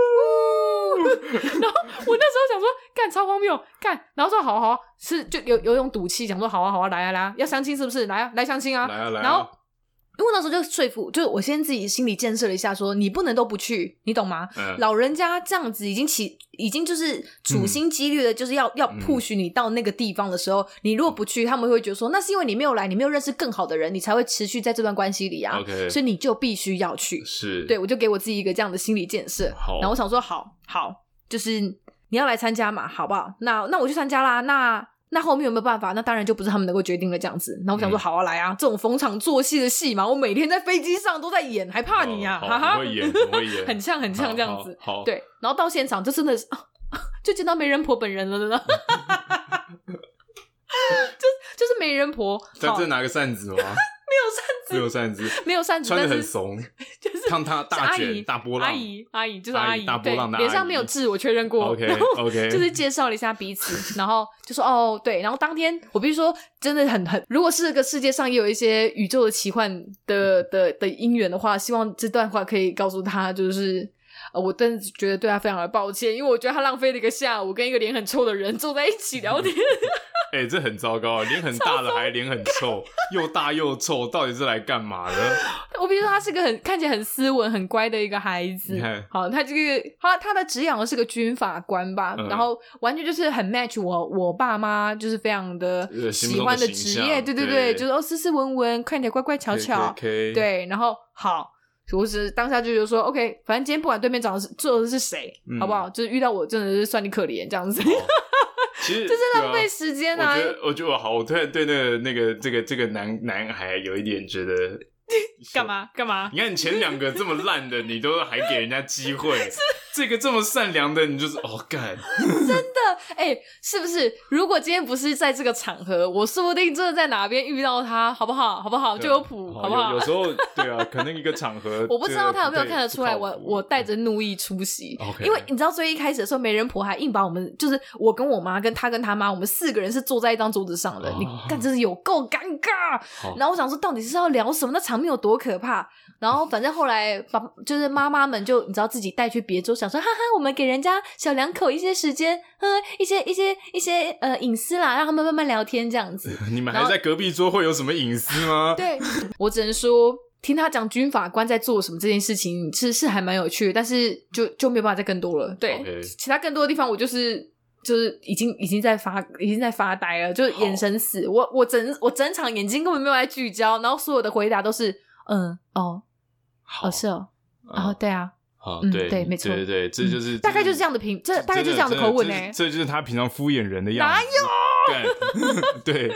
Speaker 1: 然后我那时候想说，干超荒谬，然后说好，是就有种赌气，想说好啊，来啊，要相亲是不是？来啊，来相亲啊，
Speaker 3: 来啊，
Speaker 1: 然后。因为那时候就说服，就是我先自己心理建设了一下说你不能都不去，你懂吗？老人家这样子已经就是处心积虑的就是要push你到那个地方的时候，你如果不去，他们会觉得说那是因为你没有来，你没有认识更好的人，你才会持续在这段关系里啊。
Speaker 3: Okay.
Speaker 1: 所以你就必须要去。
Speaker 3: 是，
Speaker 1: 对，我就给我自己一个这样的心理建设。然后我想说好，就是你要来参加嘛，好不好？那我去参加啦。那后面有没有办法？那当然就不是他们能够决定了这样子。然后我想说好啊，来啊，这种逢场作戏的戏嘛，我每天在飞机上都在演，还怕你啊？哈哈，
Speaker 3: 我会演，
Speaker 1: 很像这样子。
Speaker 3: 好，
Speaker 1: 对。然后到现场就真的是就见到媒人婆本人了呢。就是媒人婆，
Speaker 3: 在这拿个扇子吗？没有扇子，穿得很怂，
Speaker 1: 就是
Speaker 3: 烫他大卷大波浪，
Speaker 1: 阿姨就是阿姨，
Speaker 3: 大波浪的阿姨，
Speaker 1: 脸上没有痣，我确认过。
Speaker 3: OK，
Speaker 1: 就是介绍了一下彼此，然后就说哦对，然后当天我必须说真的很，如果是个世界上也有一些宇宙的奇幻的姻缘的话，希望这段话可以告诉他，就是我真的觉得对他非常的抱歉，因为我觉得他浪费了一个下午跟一个脸很臭的人坐在一起聊天。
Speaker 3: 这很糟糕，脸很大的还脸很臭，又大又臭，到底是来干嘛的？
Speaker 1: 我比如说他是个看起来很斯文很乖的一个孩子，好，他这个他的职养是个军法官吧，然后完全就是很 match 我爸妈就是非常的喜欢的职业，对，就是斯斯文文，看起来乖乖巧巧，对，然后好。我只是当下就觉得说 OK， 反正今天不管对面坐的是谁，好不好，就是遇到我真的是算你可怜这样子。
Speaker 3: 其实
Speaker 1: 这是浪费时间啊！
Speaker 3: 我觉得好，我突然对这个男孩有一点觉得
Speaker 1: 干嘛？
Speaker 3: 你看你前2个这么烂的，你都还给人家机会，这个这么善良的，你就是干。
Speaker 1: 真的是不是？如果今天不是在这个场合，我说不定真的在哪边遇到他，好不好？就有谱，好不好？
Speaker 3: 有时候对啊，可能一个场合，
Speaker 1: 我不知道他有没有看得出来，我带着怒意出席。因为你知道最一开始的时候，媒人婆还硬把我们，就是我跟我妈跟他跟他妈，我们4个人是坐在一张桌子上的，你看真是有够尴尬。然后我想说，到底是要聊什么？那场面有多可怕？然后反正后来就是妈妈们就你知道自己带去别桌，想说哈哈，我们给人家小两口一些时间，一些隐私啦，让他们慢慢聊天这样子。
Speaker 3: 你们还在隔壁桌会有什么隐私吗？
Speaker 1: 对，我只能说听他讲军法官在做什么这件事情是还蛮有趣的，但是就没有办法再更多了。对， 其他更多的地方我就是已经在发呆了，就是眼神死。我整场眼睛根本没有在聚焦，然后所有的回答都是是哦，对啊，对，没错，
Speaker 3: 对，这就是
Speaker 1: 大概就是这样的大概就是这样的口吻
Speaker 3: 这就是他平常敷衍人的样子。
Speaker 1: 哪
Speaker 3: 有？对，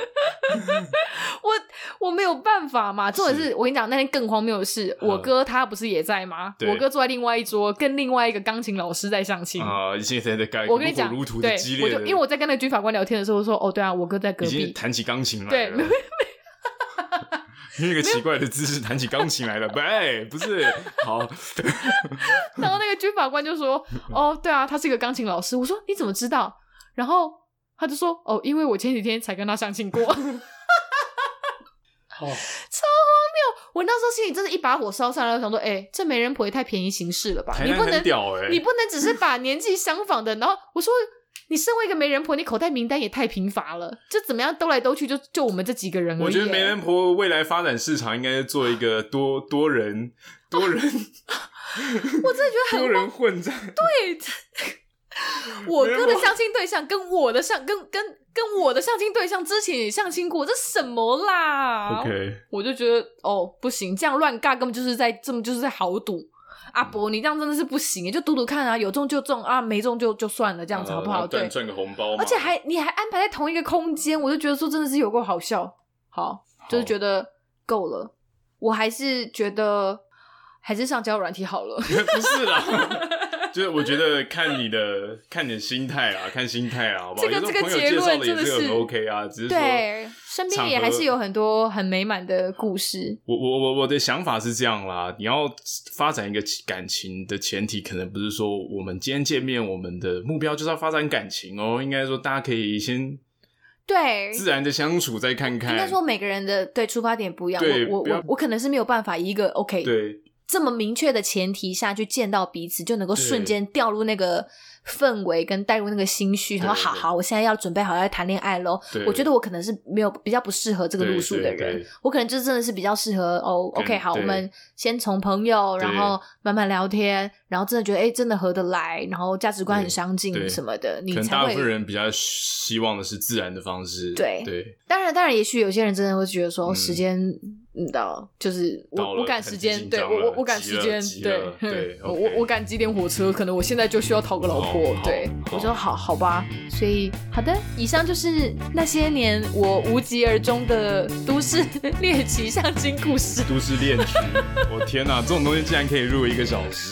Speaker 1: 我没有办法嘛。重点是我跟你讲，那天更荒谬的是，我哥他不是也在吗？我哥坐在另外一桌，跟另外一个钢琴老师在相亲
Speaker 3: 现在在
Speaker 1: 我跟你讲，对，因为我在跟那个军法官聊天的时候说，对啊，我哥在隔壁，
Speaker 3: 已经弹起钢琴来了。对。那个奇怪的姿势弹起钢琴来了，不是好。
Speaker 1: 然后那个军法官就说：“对啊，他是一个钢琴老师。”我说：“你怎么知道？”然后他就说：“因为我前几天才跟他相亲过。”超荒谬！我那时候心里真是一把火烧上来，我想说：“这媒人婆也太便宜行事了吧？你不能只是把年纪相仿的，然后我说。”你身为一个媒人婆，你口袋名单也太贫乏了，就怎么样兜来兜去就我们这几个人而已。
Speaker 3: 我觉得媒人婆未来发展市场应该做一个多人，我真的
Speaker 1: 觉得很
Speaker 3: 多人混战。
Speaker 1: 对，我哥的相亲对象跟我的相亲对象之前也相亲过，这什么啦
Speaker 3: ？OK，
Speaker 1: 我就觉得不行，这样乱尬根本就是在豪赌。阿伯，你这样真的是不行，就赌赌看啊，有中就中啊，没中就算了，这样子好不好？对，
Speaker 3: 赚个红包嘛。
Speaker 1: 而且你还安排在同一个空间，我就觉得说真的是有够好笑。好，就是觉得够了，我还是觉得还是上交友软体好了。
Speaker 3: 不是啦，就是我觉得看你的心态啦，看心态啦，好不好？
Speaker 1: 这个结论真的是
Speaker 3: 很 OK 啊，只是说
Speaker 1: 对身边也还是有很多很美满的故事。
Speaker 3: 我的想法是这样啦，你要发展一个感情的前提，可能不是说我们今天见面，我们的目标就是要发展感情应该说大家可以先
Speaker 1: 对
Speaker 3: 自然的相处，再看看。
Speaker 1: 应该说每个人的出发点不一样，我可能是没有办法以一个 OK
Speaker 3: 对
Speaker 1: 这么明确的前提下去见到彼此，就能够瞬间掉入那个氛围跟带入那个心绪，然后好，我现在要准备好要谈恋爱咯。我觉得我可能是比较不适合这个路数的人，我可能就真的是比较适合OK 好，我们先从朋友，然后慢慢聊天，然后真的觉得真的合得来，然后价值观很相近什么的，你才会。可能
Speaker 3: 大部分人比较希望的是自然的方式。
Speaker 1: 对，当然也许有些人真的会觉得说时间就是我赶时间，对我赶时间，对我赶几点火车，可能我现在就需要讨个老婆，对，我说好吧，所以好的，以上就是那些年我无疾而终的都市猎奇相亲故事，
Speaker 3: 都市恋曲，我天哪，这种东西竟然可以录1个小时。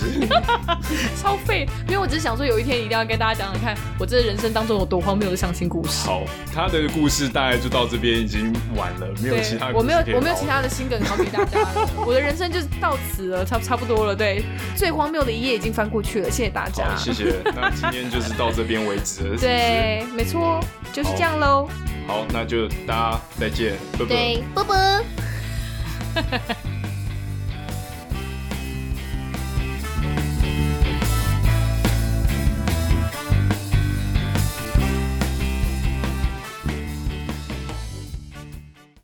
Speaker 2: 超废。因为我只是想说，有一天一定要跟大家讲讲看，我这人生当中有多荒谬的相亲故事。
Speaker 3: 好，他的故事大概就到这边已经完了，没有其他故事。
Speaker 2: 我没有其他的心梗好给大家了。我的人生就是到此了，差不多了。对，最荒谬的一页已经翻过去了，谢谢大家。
Speaker 3: 好，谢谢。那今天就是到这边为止了。
Speaker 2: 对，没错，就是这样喽。
Speaker 3: 好，那就大家再见，拜拜。
Speaker 1: 对，啵啵。